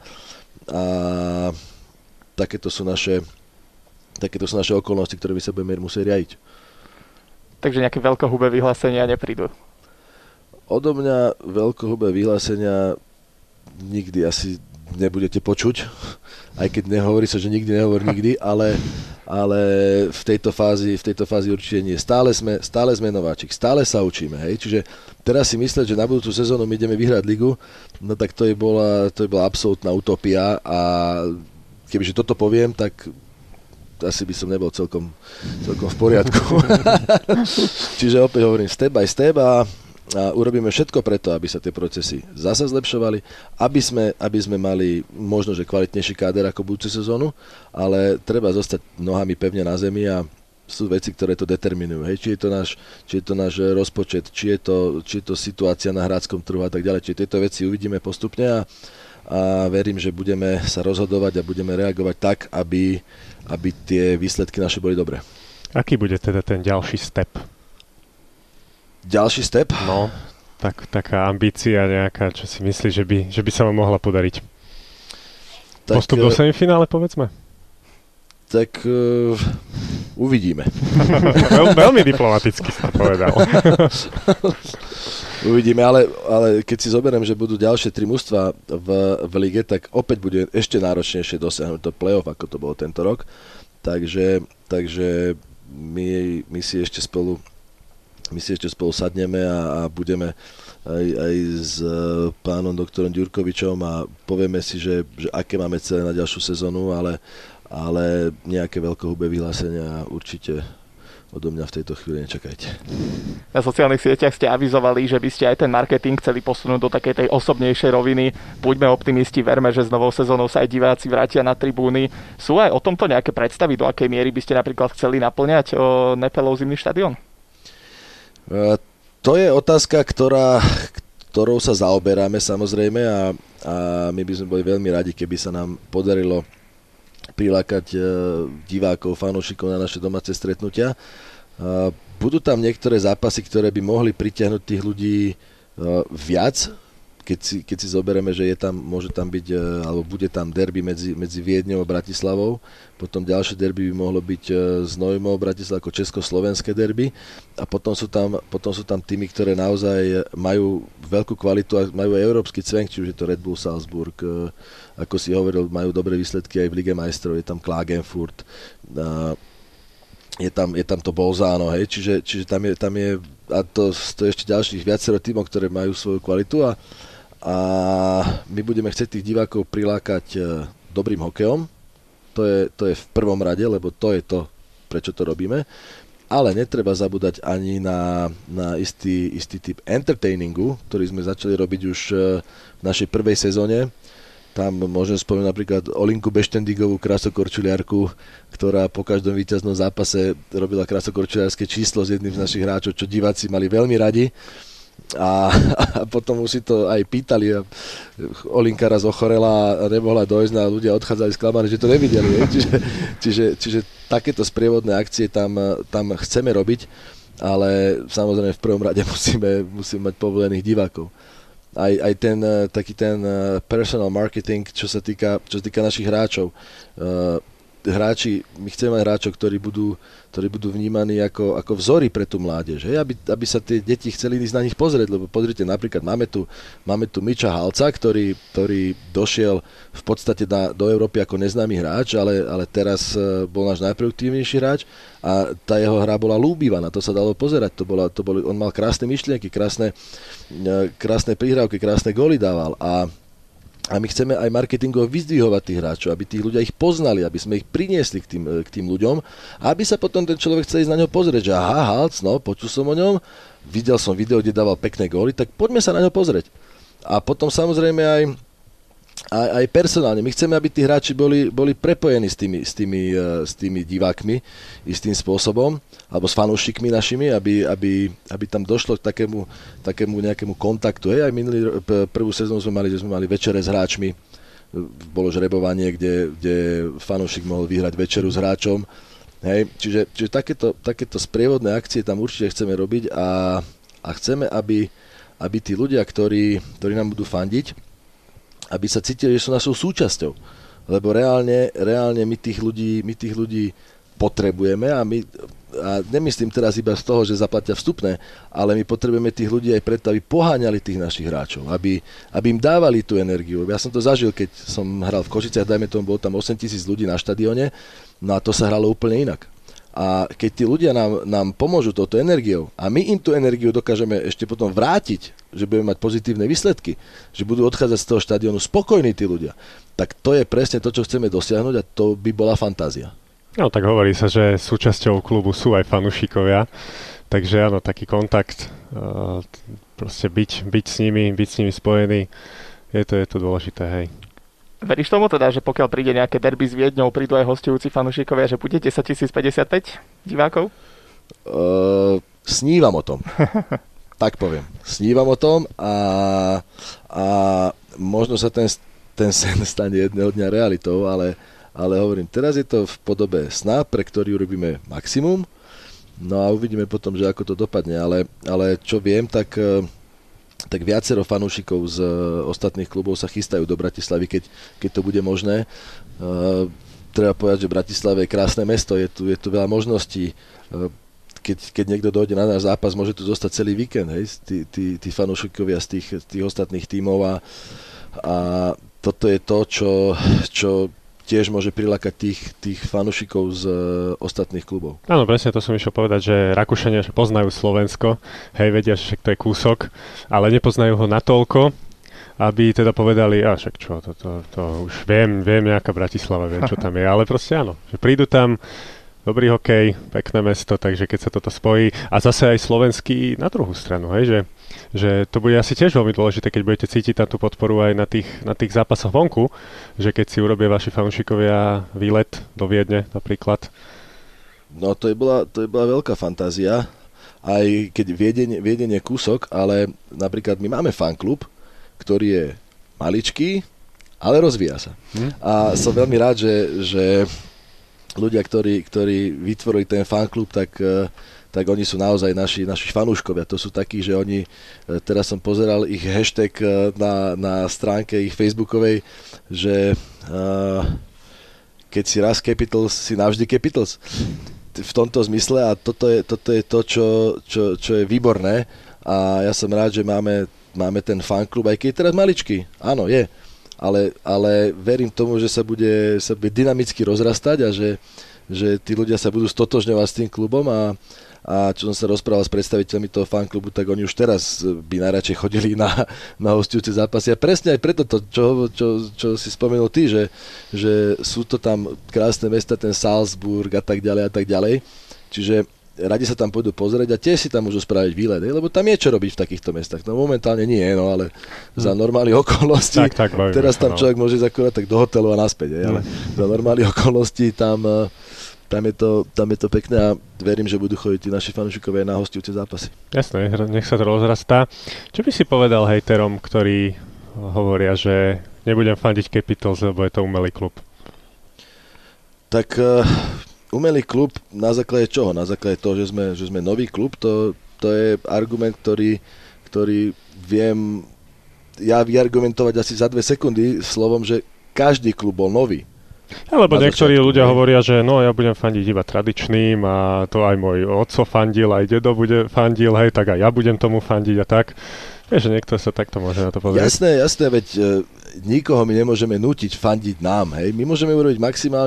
takéto sú naše okolnosti, ktoré by sa budeme musieť riadiť. Takže nejaké veľkohubé vyhlásenia neprídu? Odo mňa veľkohubé vyhlásenia nikdy asi nebudete počuť, aj keď nehovorí sa, že nikdy nehovorí nikdy, ale v tejto fázi určite nie. Stále sme nováčik, stále sa učíme, hej, čiže teraz si myslieť, že na budúcu sezónu my ideme vyhrať ligu, no tak to je bola absolútna utopia a kebyže toto poviem, tak asi by som nebol celkom v poriadku. Čiže opäť hovorím step by step a urobíme všetko preto, aby sa tie procesy zasa zlepšovali, aby sme mali možno, že kvalitnejší káder ako budúcu sezónu, ale treba zostať nohami pevne na zemi a sú veci, ktoré to determinujú. Hej, či je to náš rozpočet, či je to situácia na hráčskom trhu a tak ďalej. Čiže tieto veci uvidíme postupne a verím, že budeme sa rozhodovať a budeme reagovať tak, aby tie výsledky naše boli dobré. Aký bude teda ten ďalší step? Ďalší step? No, taká ambícia nejaká, čo si myslíš, že by sa vám mohla podariť? Tak, postup do semifinále, povedzme? Tak uvidíme. Veľmi diplomaticky sa povedal. Uvidíme, ale keď si zoberiem, že budú ďalšie 3 mužstvá v lige, tak opäť bude ešte náročnejšie dosiahnuť to play-off, ako to bolo tento rok. Takže my si ešte spolu sadneme a budeme aj s pánom doktorom Ďurkovičom a povieme si, že aké máme cele na ďalšiu sezónu, ale nejaké veľkohubé vyhlásenia určite odo mňa v tejto chvíli nečakajte. Na sociálnych sieťach ste avizovali, že by ste aj ten marketing chceli posunúť do takej tej osobnejšej roviny. Buďme optimisti, verme, že s novou sezónou sa aj diváci vrátia na tribúny. Sú aj o tomto nejaké predstavy, do akej miery by ste napríklad chceli naplňať Nepelov zimný štadión? To je otázka, ktorou sa zaoberáme samozrejme a my by sme boli veľmi radi, keby sa nám podarilo prilákať divákov, fanúšikov na naše domáce stretnutia. Budú tam niektoré zápasy, ktoré by mohli pritiahnuť tých ľudí viac, keď si zoberieme, že môže tam byť, alebo bude tam derby medzi Viedňou a Bratislavou, potom ďalšie derby by mohlo byť s Nojmou Bratislava ako československé derby a potom sú tam týmy, ktoré naozaj majú veľkú kvalitu a majú aj európsky cvenk, či už je to Red Bull Salzburg, ako si hovoril, majú dobré výsledky aj v Lige majstrov, je tam Klagenfurt, je tam to Bolzano, hej, čiže tam je a to je ešte ďalších viacero tímov, ktoré majú svoju kvalitu a my budeme chcieť tých divákov prilákať dobrým hokejom. To je v prvom rade, lebo to je to, prečo to robíme. Ale netreba zabúdať ani na istý typ entertainingu, ktorý sme začali robiť už v našej prvej sezóne. Tam môžem spomenúť napríklad Olinku Beštendigovú, krasokorčuliarku, ktorá po každom víťaznom zápase robila krasokorčuliarské číslo s jedným z našich hráčov, čo diváci mali veľmi radi. A potom už si to aj pýtali a Olinka raz ochorela a nemohla dojsť a ľudia odchádzali sklamaní, že to nevideli. Čiže takéto sprievodné akcie tam chceme robiť, ale samozrejme v prvom rade musíme mať povolených divákov. Aj taký ten personal marketing, čo sa týka našich hráčov. My chceme mať hráčov, ktorí budú vnímaní ako vzory pre tú mládež, hej? Aby sa tie deti chceli ísť na nich pozrieť, lebo pozrite, napríklad máme tu Miča Halca, ktorý došiel v podstate do Európy ako neznámy hráč, ale teraz bol náš najproduktívnejší hráč a tá jeho hra bola ľúbivá, na to sa dalo pozerať, on mal krásne myšlienky, krásne prihrávky, krásne góly dával a my chceme aj marketingovo vyzdvihovať tých hráčov, aby tí ľudia ich poznali, aby sme ich priniesli k tým ľuďom, aby sa potom ten človek chcel ísť na ňo pozrieť, že aha, Halc, no, počul som o ňom, videl som video, kde dával pekné góly, tak poďme sa na ňo pozrieť. A potom samozrejme aj personálne. My chceme, aby tí hráči boli prepojení s tými divákmi istým spôsobom, alebo s fanúšikmi našimi, aby tam došlo k takému nejakému kontaktu. Aj prvú sezónu sme mali večere s hráčmi, bolo žrebovanie, kde fanúšik mohol vyhrať večeru s hráčom Hej, čiže takéto sprievodné akcie tam určite chceme robiť a chceme, aby tí ľudia, ktorí nám budú fandiť, aby sa cítili, že sú našou súčasťou. Lebo reálne my tých ľudí potrebujeme a nemyslím teraz iba z toho, že zaplatia vstupné, ale my potrebujeme tých ľudí aj preto, aby poháňali tých našich hráčov, aby im dávali tú energiu. Ja som to zažil, keď som hral v Košiciach, dajme tomu, bolo tam 8 000 ľudí na štadióne, no a to sa hralo úplne inak. A keď tí ľudia nám pomôžu touto energiou a my im tú energiu dokážeme ešte potom vrátiť, že budeme mať pozitívne výsledky, že budú odchádzať z toho štadiónu spokojní tí ľudia, tak to je presne to, čo chceme dosiahnuť a to by bola fantázia. No tak hovorí sa, že súčasťou klubu sú aj fanúšikovia, takže áno, taký kontakt, proste byť s nimi spojený, je to dôležité, hej. Veríš tomu teda, že pokiaľ príde nejaké derby s Viedňou, prídu aj hostujúci fanúšikovia, že bude 10 055 divákov? Snívam o tom. Tak poviem. Snívam o tom a možno sa ten sen stane jedného dňa realitou, ale hovorím, teraz je to v podobe sna, pre ktorý urobíme maximum, no a uvidíme potom, že ako to dopadne, ale čo viem, tak viacero fanúšikov z ostatných klubov sa chystajú do Bratislavy, keď to bude možné. Treba povedať, že Bratislava je krásne mesto, je tu veľa možností. Keď niekto dojde na náš zápas, môže tu zostať celý víkend, hej, tí fanúšikovia z tých ostatných tímov a toto je to, čo tiež môže prilákať tých fanúšikov z ostatných klubov. Áno, presne to som išiel povedať, že Rakúšania poznajú Slovensko, hej, vedia, že však to je kúsok, ale nepoznajú ho natoľko, aby teda povedali, však čo, to už viem nejaká Bratislava, viem, čo tam je, ale proste áno, že prídu tam, dobrý hokej, pekné mesto, takže keď sa toto spojí a zase aj slovenský na druhú stranu, hej, že to bude asi tiež veľmi dôležité, keď budete cítiť tam tú podporu aj na tých zápasoch vonku, že keď si urobia vaši fanúšikovia výlet do Viedne napríklad. No to je bola veľká fantázia, aj keď Viedeň je kúsok, ale napríklad my máme fanklub, ktorý je maličký, ale rozvíja sa. A som veľmi rád, že ľudia, ktorí vytvorili ten fanklub, tak oni sú naozaj naši fanúškovia. To sú takí, že oni, teraz som pozeral ich hashtag na stránke ich facebookovej, že keď si raz Capitals, si navždy Capitals. V tomto zmysle a toto je to, čo je výborné a ja som rád, že máme ten fanklub, aj keď je teraz maličký. Áno, je. Ale verím tomu, že sa bude dynamicky rozrastať a že tí ľudia sa budú stotožňovať s tým klubom a čo som sa rozprával s predstaviteľmi toho fanklubu, tak oni už teraz by najradšej chodili na hostujúce zápasy. A presne aj preto to, čo si spomenul ty, že sú to tam krásne mesta, ten Salzburg a tak ďalej. Čiže radi sa tam pôjdu pozrieť a tiež si tam môžu spraviť výlet, lebo tam je čo robiť v takýchto mestách. No momentálne nie, ale za normálnych okolností. Tak, teraz tam človek môže ísť akorát tak do hotelu a naspäť, ale za normálnych okolností tam je to pekné a verím, že budú chodiť tí naši fanúšikovia na hostujúce zápasy. Jasné, nech sa to rozrastá. Čo by si povedal hejterom, ktorí hovoria, že nebudem fandiť Capitals, lebo je to umelý klub? Tak umelý klub na základe čoho? Na základe toho, že sme nový klub, to je argument, ktorý viem ja vyargumentovať asi za 2 sekundy slovom, že každý klub bol nový. Lebo niektorí ľudia hovoria, že ja budem fandiť iba tradičným a to aj môj otco fandil, aj dedo fandil, hej, tak aj ja budem tomu fandiť a tak. Vieš, že niekto sa takto môže na to pozrieť. Jasné, veď nikoho my nemôžeme nútiť fandiť nám, hej. My môžeme urobiť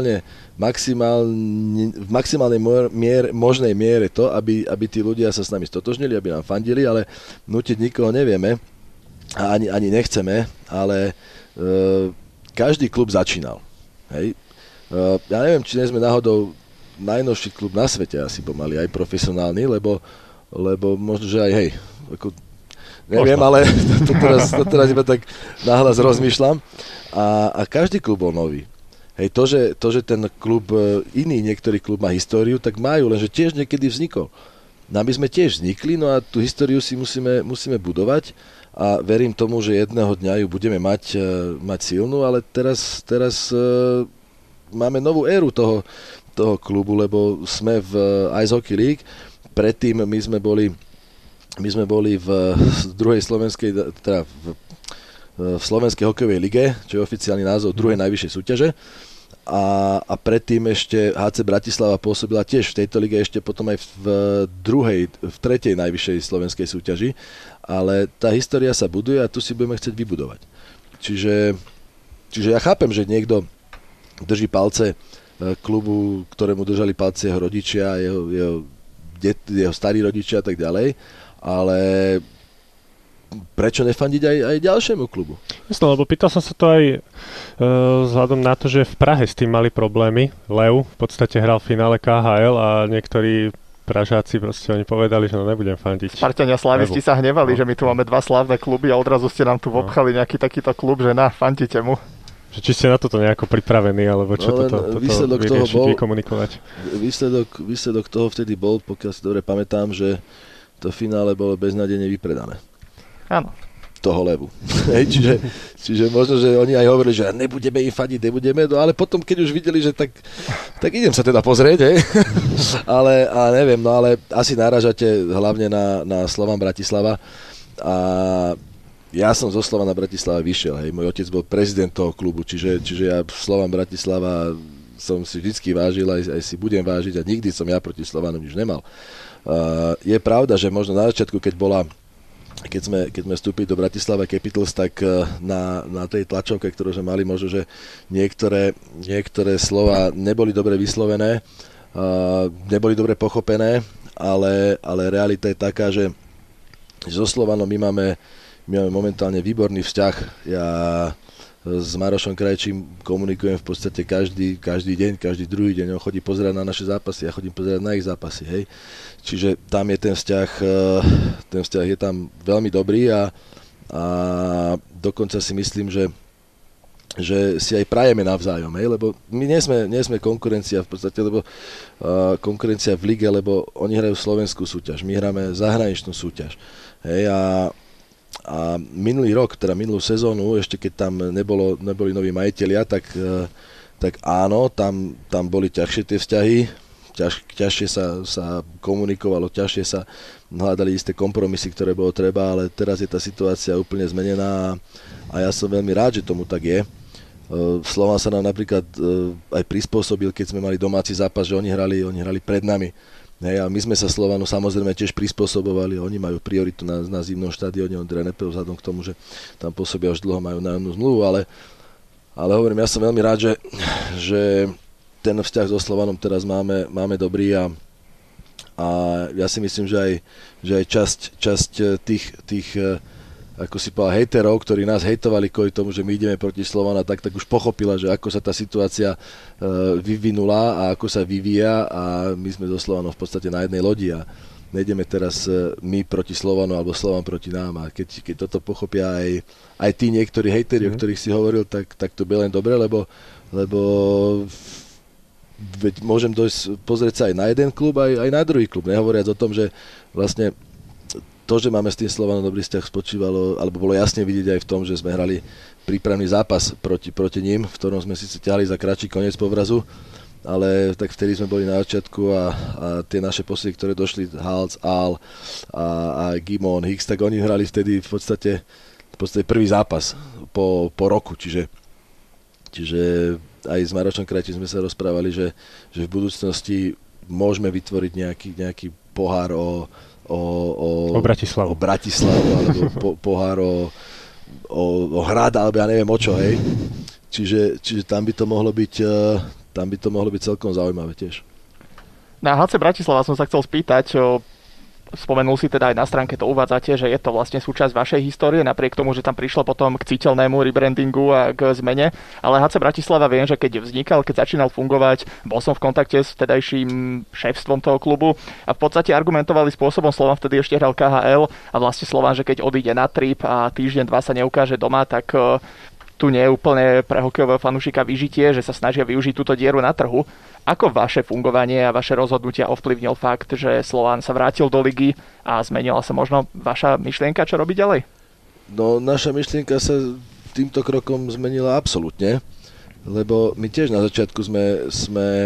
v maximálnej možnej miere to, aby tí ľudia sa s nami stotožnili, aby nám fandili, ale nútiť nikoho nevieme a ani nechceme, ale každý klub začínal. Hej. Ja neviem, či nie sme náhodou najnovší klub na svete asi pomaly, aj profesionálny, lebo možno, že aj neviem, ale to teraz iba tak nahlas rozmýšľam. A každý klub bol nový. Hej, to, že ten klub, niektorý klub má históriu, tak majú, lenže tiež niekedy vznikol. No my sme tiež vznikli, no a tú históriu si musíme budovať a verím tomu, že jedného dňa ju budeme mať silnú, ale teraz máme novú éru toho klubu, lebo sme v Ice Hockey League. Predtým my sme boli v druhej slovenskej, teda v slovenskej hokejovej lige, čo je oficiálny názov druhej najvyššej súťaže. A predtým ešte HC Bratislava pôsobila tiež v tejto lige, ešte potom aj v tretej najvyššej slovenskej súťaži. Ale tá história sa buduje a tu si budeme chcieť vybudovať. Čiže ja chápem, že niekto drží palce klubu, ktorému držali palce jeho rodičia, jeho starí rodičia a tak ďalej, ale prečo nefandiť aj ďalšiemu klubu? Jasno, lebo pýtal som sa to aj vzhľadom na to, že v Prahe s tým mali problémy. Lev v podstate hral v finále KHL a niektorí Pražáci proste oni povedali, že nebudem fandiť. Spartania slavisti sa hnevali, že my tu máme dva slávne kluby a odrazu ste nám tu vopchali nejaký takýto klub, že fandíte mu. Že či ste na toto nejako pripravení, alebo čo toto vyriešiť, vykomunikovať? Výsledok toho vtedy bol, pokiaľ si dobre pamätám, že to finále bolo beznádejne vypredané. Áno. Toho Levu. Čiže možno, že oni aj hovorili, že nebudeme im fadiť, ale potom, keď už videli, že tak idem sa teda pozrieť, hej. ale neviem, ale asi narážate hlavne na Slovan Bratislava a ja som zo Slovana Bratislava vyšiel, hej. Môj otec bol prezident toho klubu, čiže ja Slovan Bratislava som si vždycky vážil, aj si budem vážiť a nikdy som ja proti Slovanu nič nemal. Je pravda, že možno na začiatku, keď sme vstúpili do Bratislava Capitals, tak na tej tlačovke, ktorú sme mali, možno, že niektoré slova neboli dobre vyslovené, neboli dobre pochopené, ale realita je taká, že so Slovanom my máme momentálne výborný vzťah. Ja s Marošom Krajčím komunikujem v podstate každý deň, každý druhý deň. On chodí pozerať na naše zápasy, ja chodím pozerať na ich zápasy, hej. Čiže tam je ten vzťah je tam veľmi dobrý a dokonca si myslím, že si aj prajeme navzájom, hej, lebo my nie sme konkurencia v podstate, lebo konkurencia v lige, lebo oni hrajú slovenskú súťaž, my hráme zahraničnú súťaž, hej, a minulý rok, teda minulú sezónu, ešte keď tam neboli noví majitelia, tak áno, tam boli ťažšie tie vzťahy, ťažšie sa komunikovalo, ťažšie sa hľadali isté kompromisy, ktoré bolo treba, ale teraz je tá situácia úplne zmenená a ja som veľmi rád, že tomu tak je. Slovan sa nám napríklad aj prispôsobil, keď sme mali domáci zápas, že oni hrali pred nami. Hej, a my sme sa Slovanu samozrejme tiež prispôsobovali, oni majú prioritu na zimnom štadióne, on Drenepe vzhľadom k tomu, že tam pôsobia už dlho, majú nájomnú zmluvu, ale hovorím, ja som veľmi rád, že ten vzťah so Slovanom teraz máme dobrý a ja si myslím, že aj časť tých ako si povedal, hejterov, ktorí nás hejtovali kvôli tomu, že my ideme proti Slovana, tak už pochopila, že ako sa tá situácia vyvinula a ako sa vyvíja a my sme so Slovanom v podstate na jednej lodi a nejdeme teraz my proti Slovanu alebo Slovan proti nám a keď toto pochopia aj tí niektorí hejteri, o ktorých si hovoril, tak to bude len dobre, lebo veď môžem pozrieť sa aj na jeden klub, aj na druhý klub, nehovoriac o tom, že vlastne to, že máme s tým Slovanom dobrý vzťah, spočívalo, alebo bolo jasne vidieť aj v tom, že sme hrali prípravný zápas proti ním, v ktorom sme síce ťahali za kratší koniec povrazu, ale tak vtedy sme boli na začiatku a tie naše posily, ktoré došli, Hals, Al a Gimon, Hicks, tak oni hrali vtedy v podstate prvý zápas po roku, čiže aj s Maročom Krajčím sme sa rozprávali, že v budúcnosti môžeme vytvoriť nejaký pohár o Bratislavu. O Bratislavu, alebo pohár o hrad, alebo ja neviem o čo, hej. Čiže tam by to mohlo byť celkom zaujímavé tiež. Na HC Bratislava som sa chcel spýtať, spomenul si teda aj na stránke to uvádzate, že je to vlastne súčasť vašej histórie, napriek tomu, že tam prišlo potom k citeľnému rebrandingu a k zmene. Ale HC Bratislava viem, že keď vznikal, keď začínal fungovať, bol som v kontakte s vtedajším šéfstvom toho klubu a v podstate argumentovali spôsobom, Slovan vtedy ešte hral KHL a vlastne Slovan, že keď odíde na trip a týždeň, dva sa neukáže doma, tak tu nie je úplne pre hokejového fanúšika vyžitie, že sa snažia využiť túto dieru na trhu. Ako vaše fungovanie a vaše rozhodnutia ovplyvnil fakt, že Slovan sa vrátil do ligy a zmenila sa možno vaša myšlienka, čo robiť ďalej? No, naša myšlienka sa týmto krokom zmenila absolútne, lebo my tiež na začiatku sme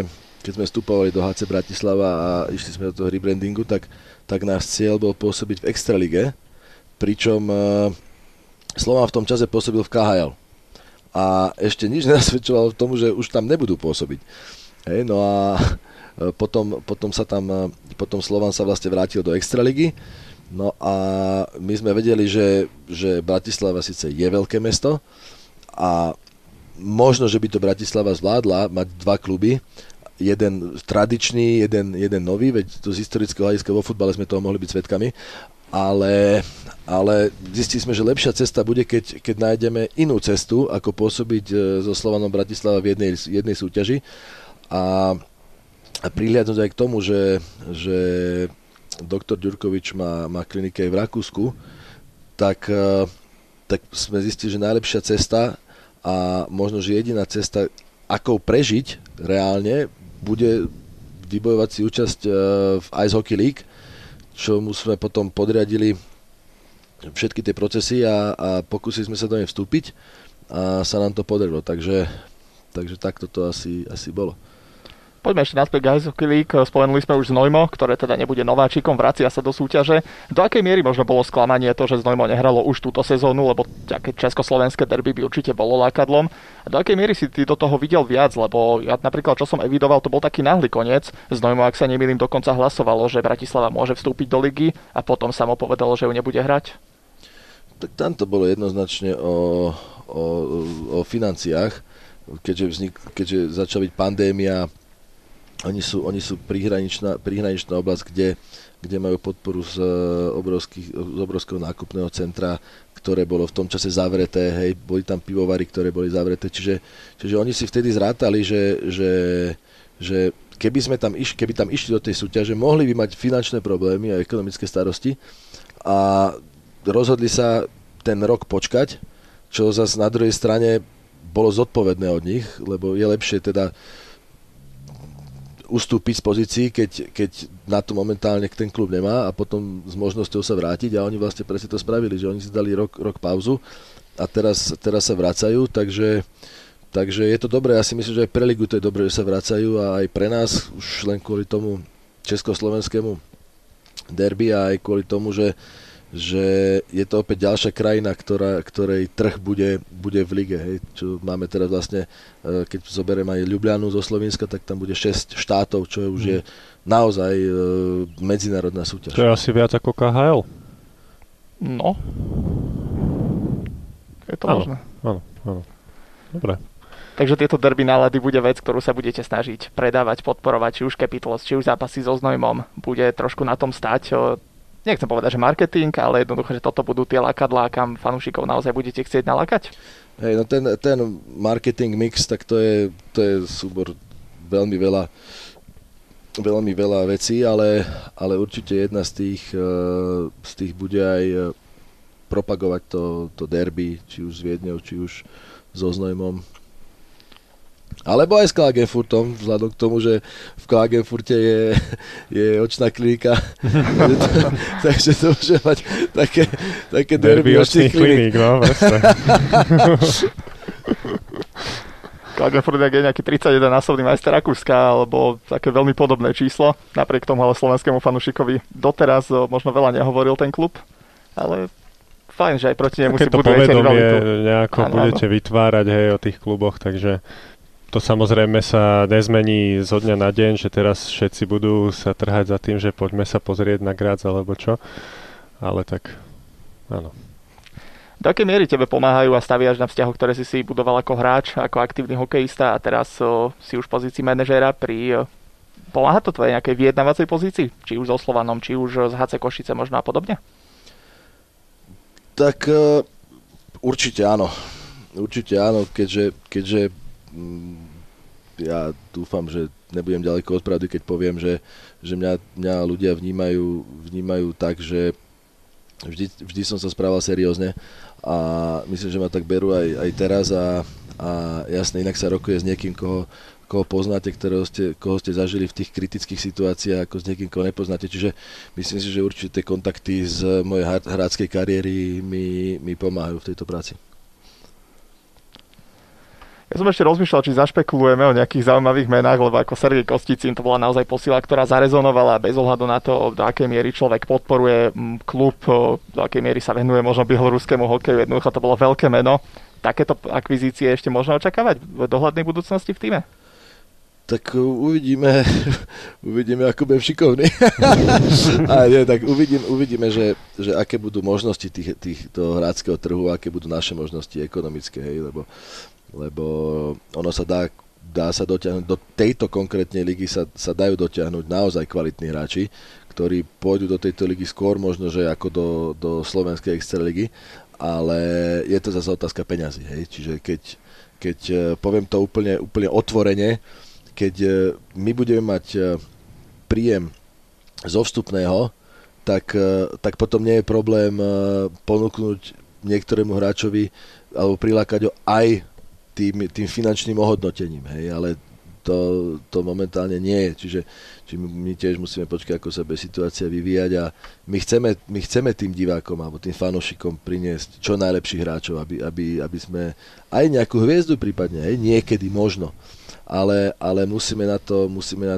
keď sme vstupovali do HC Bratislava a išli sme do toho rebrandingu, tak náš cieľ bol pôsobiť v Extralige, pričom Slovan v tom čase pôsobil v KHL. A ešte nič nenasvedčovalo v tomu, že už tam nebudú pôsobiť. Hej, no a potom Slovan sa vlastne vrátil do Extraligy. No a my sme vedeli, že Bratislava síce je veľké mesto a možno, že by to Bratislava zvládla mať dva kluby, jeden tradičný, jeden nový, veď to z historického hľadiska vo futbale sme toho mohli byť svedkami, ale zistili sme, že lepšia cesta bude, keď nájdeme inú cestu, ako pôsobiť so Slovanom Bratislava v jednej súťaži a prihliadnúť aj k tomu, že doktor Ďurkovič má kliniky aj v Rakúsku, tak sme zistili, že najlepšia cesta a možno, že jediná cesta, ako prežiť reálne, bude vybojovať si účasť v Ice Hockey League, čomu sme potom podriadili všetky tie procesy a pokúsili sme sa do nej vstúpiť a sa nám to podarilo, takže takto to asi bolo. Poďme ešte naspäť k Ice Hockey League. Spomenuli sme už Znojmo, ktoré teda nebude nováčikom, vracia sa do súťaže. Do akej miery možno bolo sklamanie to, že Znojmo nehralo už túto sezónu, lebo také československé derby by určite bolo lákadlom. A do akej miery si ty do toho videl viac, lebo ja napríklad, čo som evidoval, to bol taký náhly koniec. Znojmo, ak sa nemýlim, dokonca hlasovalo, že Bratislava môže vstúpiť do ligy a potom samo povedalo, že ju nebude hrať. Tak tam to bolo jednoznačne o financiách, keďže začala byť pandémia. Oni sú prihraničná oblasť, kde majú podporu z obrovského nákupného centra, ktoré bolo v tom čase zavreté, hej, boli tam pivovary, ktoré boli zavreté, čiže oni si vtedy zrátali, že keby tam išli do tej súťaže, mohli by mať finančné problémy a ekonomické starosti a rozhodli sa ten rok počkať, čo zase na druhej strane bolo zodpovedné od nich, lebo je lepšie teda ustúpiť z pozícií, keď na to momentálne ten klub nemá a potom s možnosťou sa vrátiť a oni vlastne presne to spravili, že oni si dali rok pauzu a teraz sa vracajú, takže je to dobré, ja si myslím, že aj pre ligu to je dobré, že sa vracajú a aj pre nás už len kvôli tomu československému derby a aj kvôli tomu, že je to opäť ďalšia krajina, ktorej trh bude v lige. Hej. Čo máme teraz vlastne, keď zoberiem aj Ljubljanu zo Slovenska, tak tam bude 6 štátov, čo už je naozaj medzinárodná súťaž. To je asi viac ako KHL. No. Je to možné. Áno. Dobre. Takže tieto derby nálady bude vec, ktorú sa budete snažiť predávať, podporovať, či už Capitals, či už zápasy so Znojmom. Bude trošku na tom stať. Nechcem povedať, že marketing, ale jednoducho, že toto budú tie lákadlá, kam fanúšikov naozaj budete chcieť nalákať? Hej, no ten marketing mix, tak to je súbor veľmi veľa vecí, ale určite jedna z tých bude aj propagovať to derby, či už s Viedňou, či už so Znojmom. Alebo aj s Klagenfurtom, vzhľadom k tomu, že v Klagenfurte je očná klinika. Takže to môže mať také derby očných kliník. No, Klagenfurt je nejaký 31-násobný majster Rakúska, alebo také veľmi podobné číslo. Napriek tomu ale slovenskému fanúšikovi doteraz možno veľa nehovoril ten klub, ale fajn, že aj proti nemu si budujete rivalitu. Keď to povedomie nejako budete vytvárať o tých kluboch, takže to samozrejme sa nezmení zo dňa na deň, že teraz všetci budú sa trhať za tým, že poďme sa pozrieť na Graz alebo čo. Ale tak, áno. Do akej miery tebe pomáhajú a staviaš na vzťahoch, ktoré si budoval ako hráč, ako aktívny hokejista a teraz si už v pozícii manažéra pomáha to tvojej nejakej vyjednávacej pozícii? Či už so Slovanom, či už z HC Košice možno a podobne? Tak určite áno. Určite áno, keďže ja dúfam, že nebudem ďaleko od pravdy, keď poviem, že mňa ľudia vnímajú tak, že vždy som sa správal seriózne a myslím, že ma tak berú aj teraz a jasne, inak sa rokuje s niekým, koho poznáte, koho ste zažili v tých kritických situáciách, ako s niekým, koho nepoznáte. Čiže myslím si, že určite kontakty z mojej hráčskej kariéry mi pomáhajú v tejto práci. Ja Ja som ešte rozmýšľal, či zašpekulujeme o nejakých zaujímavých menách, lebo ako Sergej Kosticín to bola naozaj posila, ktorá zarezonovala bez ohľadu na to, do akej miery človek podporuje klub, do akej miery sa venuje možno bieloruskému hokeju. Jednoducho to bolo veľké meno. Takéto akvizície ešte možno očakávať v dohľadnej budúcnosti v týme? Tak uvidíme, ako budem šikovný. A nie, tak uvidíme, že aké budú možnosti toho hráčskeho trhu, aké budú naše možnosti ekonomické, hej, lebo ono sa dá sa dotiahnuť, do tejto konkrétnej ligy sa dajú dotiahnuť naozaj kvalitní hráči, ktorí pôjdu do tejto ligy skôr možno, že ako do slovenskej extraligy, ale je to zase otázka peňazí, hej, čiže keď poviem to úplne otvorene, keď my budeme mať príjem zo vstupného, tak potom nie je problém ponúknuť niektorému hráčovi alebo prilákať ho aj tým finančným ohodnotením, hej, ale to momentálne nie je, čiže my tiež musíme počkať, ako sa bude situácia vyvíjať a my chceme tým divákom alebo tým fanúšikom priniesť čo najlepších hráčov, aby sme aj nejakú hviezdu prípadne, hej, niekedy možno, ale musíme na to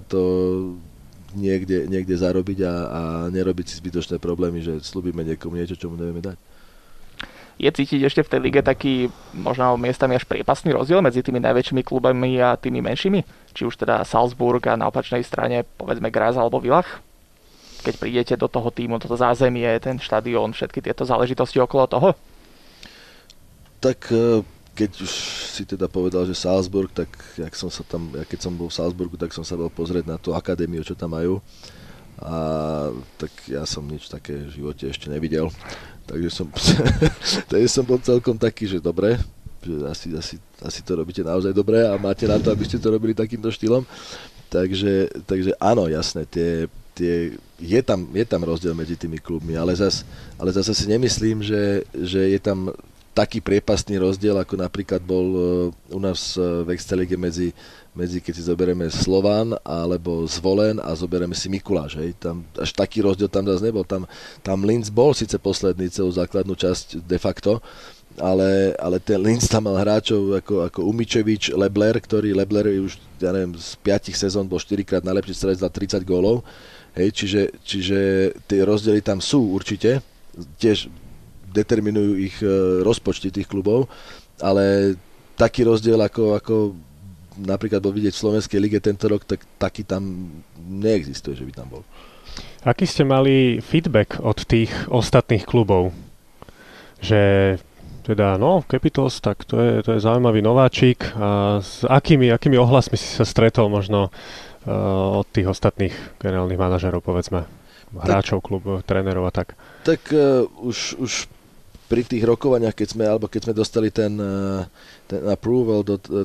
niekde zarobiť a nerobiť si zbytočné problémy, že slúbime niekomu niečo, čo mu nevieme dať. Je cítiť ešte v tej lige taký možno miestami až priepastný rozdiel medzi tými najväčšími klubami a tými menšími? Či už teda Salzburg a na opačnej strane povedzme Graz alebo Villach? Keď prídete do toho týmu, toto zázemie, ten štadión, všetky tieto záležitosti okolo toho? Tak keď už si teda povedal, že Salzburg, tak keď som bol v Salzburgu, tak som sa bol pozrieť na tú akadémiu, čo tam majú. A tak ja som nič také v živote ešte nevidel. Takže som bol celkom taký, že dobre, že asi to robíte naozaj dobre a máte na to, aby ste to robili takýmto štýlom. Takže áno, jasné, je tam rozdiel medzi tými klubmi, ale zase si nemyslím, že je tam taký priepastný rozdiel, ako napríklad bol u nás v Extralige medzi keď si zoberieme Slován alebo Zvolen a zoberieme si Mikuláš. Hej. Tam až taký rozdiel tam zase nebol. Tam Linz bol síce posledný celú základnú časť de facto, ale ten Linz tam mal hráčov ako Umičevič, Lebler, ktorý Lebler už, ja neviem, z 5 sezón bol 4-krát najlepší strelec za 30 gólov. Hej, čiže tie rozdiely tam sú určite. Tiež determinujú ich rozpočty tých klubov, ale taký rozdiel ako napríklad bol vidieť v Slovenskej lige tento rok, tak taký tam neexistuje, že by tam bol. Aký ste mali feedback od tých ostatných klubov? Že teda, Capitals, tak to je zaujímavý nováčik. A s akými ohlasmi si sa stretol možno od tých ostatných generálnych manažerov, povedzme, hráčov klubu, trénerov a tak? Tak už pri tých rokovaniach, keď sme dostali ten approval,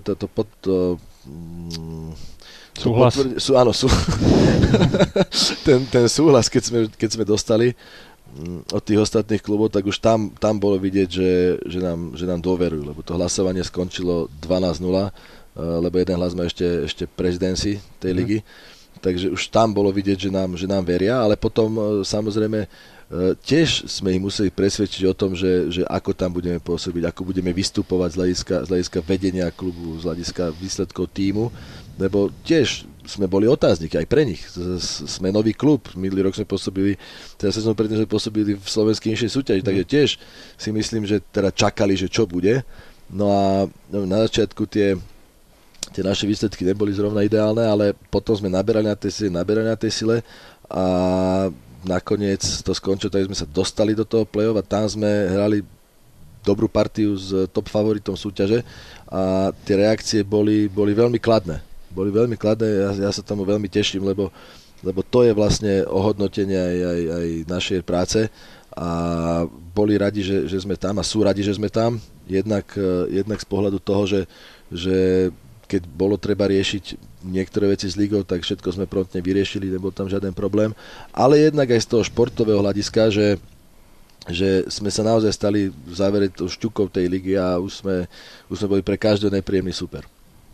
súhlas. Áno, ten súhlas, keď sme dostali od tých ostatných klubov, tak už tam bolo vidieť, že nám dôverujú, lebo to hlasovanie skončilo 12-0, lebo jeden hlas má ešte presidency tej ligy, takže už tam bolo vidieť, že nám veria, ale potom samozrejme tiež sme ich museli presvedčiť o tom, že ako tam budeme pôsobiť, ako budeme vystupovať z hľadiska vedenia klubu, z hľadiska výsledkov tímu, lebo tiež sme boli otázniky aj pre nich. Sme nový klub, minulý rok sme pôsobili, teraz sme predtým pôsobili v slovenskej inšej súťaži, takže tiež si myslím, že teda čakali, že čo bude. No a na začiatku tie naše výsledky neboli zrovna ideálne, ale potom sme naberali na tej sile a nakoniec to skončilo, tak sme sa dostali do toho play-off a tam sme hrali dobrú partiu s top favoritom súťaže a tie reakcie boli veľmi kladné. Ja sa tomu veľmi teším, lebo to je vlastne ohodnotenie aj našej práce a boli radi, že sme tam a sú radi, že sme tam. Jednak z pohľadu toho, že keď bolo treba riešiť niektoré veci s ligou, tak všetko sme promptne vyriešili, nebol tam žiaden problém. Ale jednak aj z toho športového hľadiska, že sme sa naozaj stali v závere šťukou tej ligy a už sme boli pre každého nepríjemný super.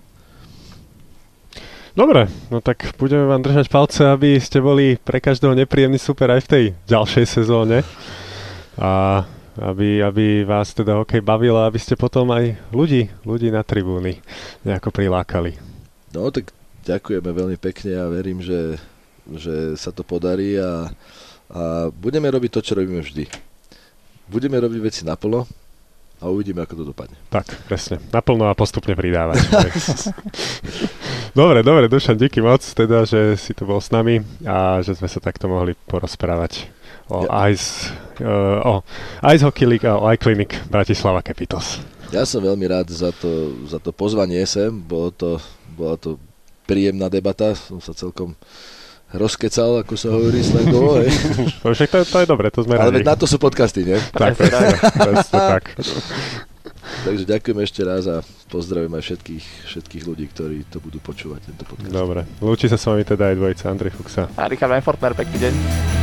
Dobre, no tak budeme vám držať palce, aby ste boli pre každého nepríjemný super aj v tej ďalšej sezóne. A aby vás teda hokej bavilo, aby ste potom aj ľudí na tribúny nejako prilákali. No tak ďakujeme veľmi pekne a verím, že sa to podarí a budeme robiť to, čo robíme vždy. Budeme robiť veci naplno a uvidíme, ako to dopadne. Tak, presne. Naplno a postupne pridávať. Dobre, Dušan, díky moc, teda, že si tu bol s nami a že sme sa takto mohli porozprávať o Ice Hockey League a o iClinic Bratislava Capitals. Ja som veľmi rád za to pozvanie sem. Bola to príjemná debata. Som sa celkom rozkecal, ako sa hovorí slangovo. Však to je dobre, to sme radi. Ale veď na to sú podcasty, nie? Tak, presne tak. Takže ďakujem ešte raz a pozdravím aj všetkých ľudí, ktorí to budú počúvať, tento podcast. Dobre, lúči sa s vami teda aj dvojica Andrej Fuchsa a Richard Weinfortner, pekný deň.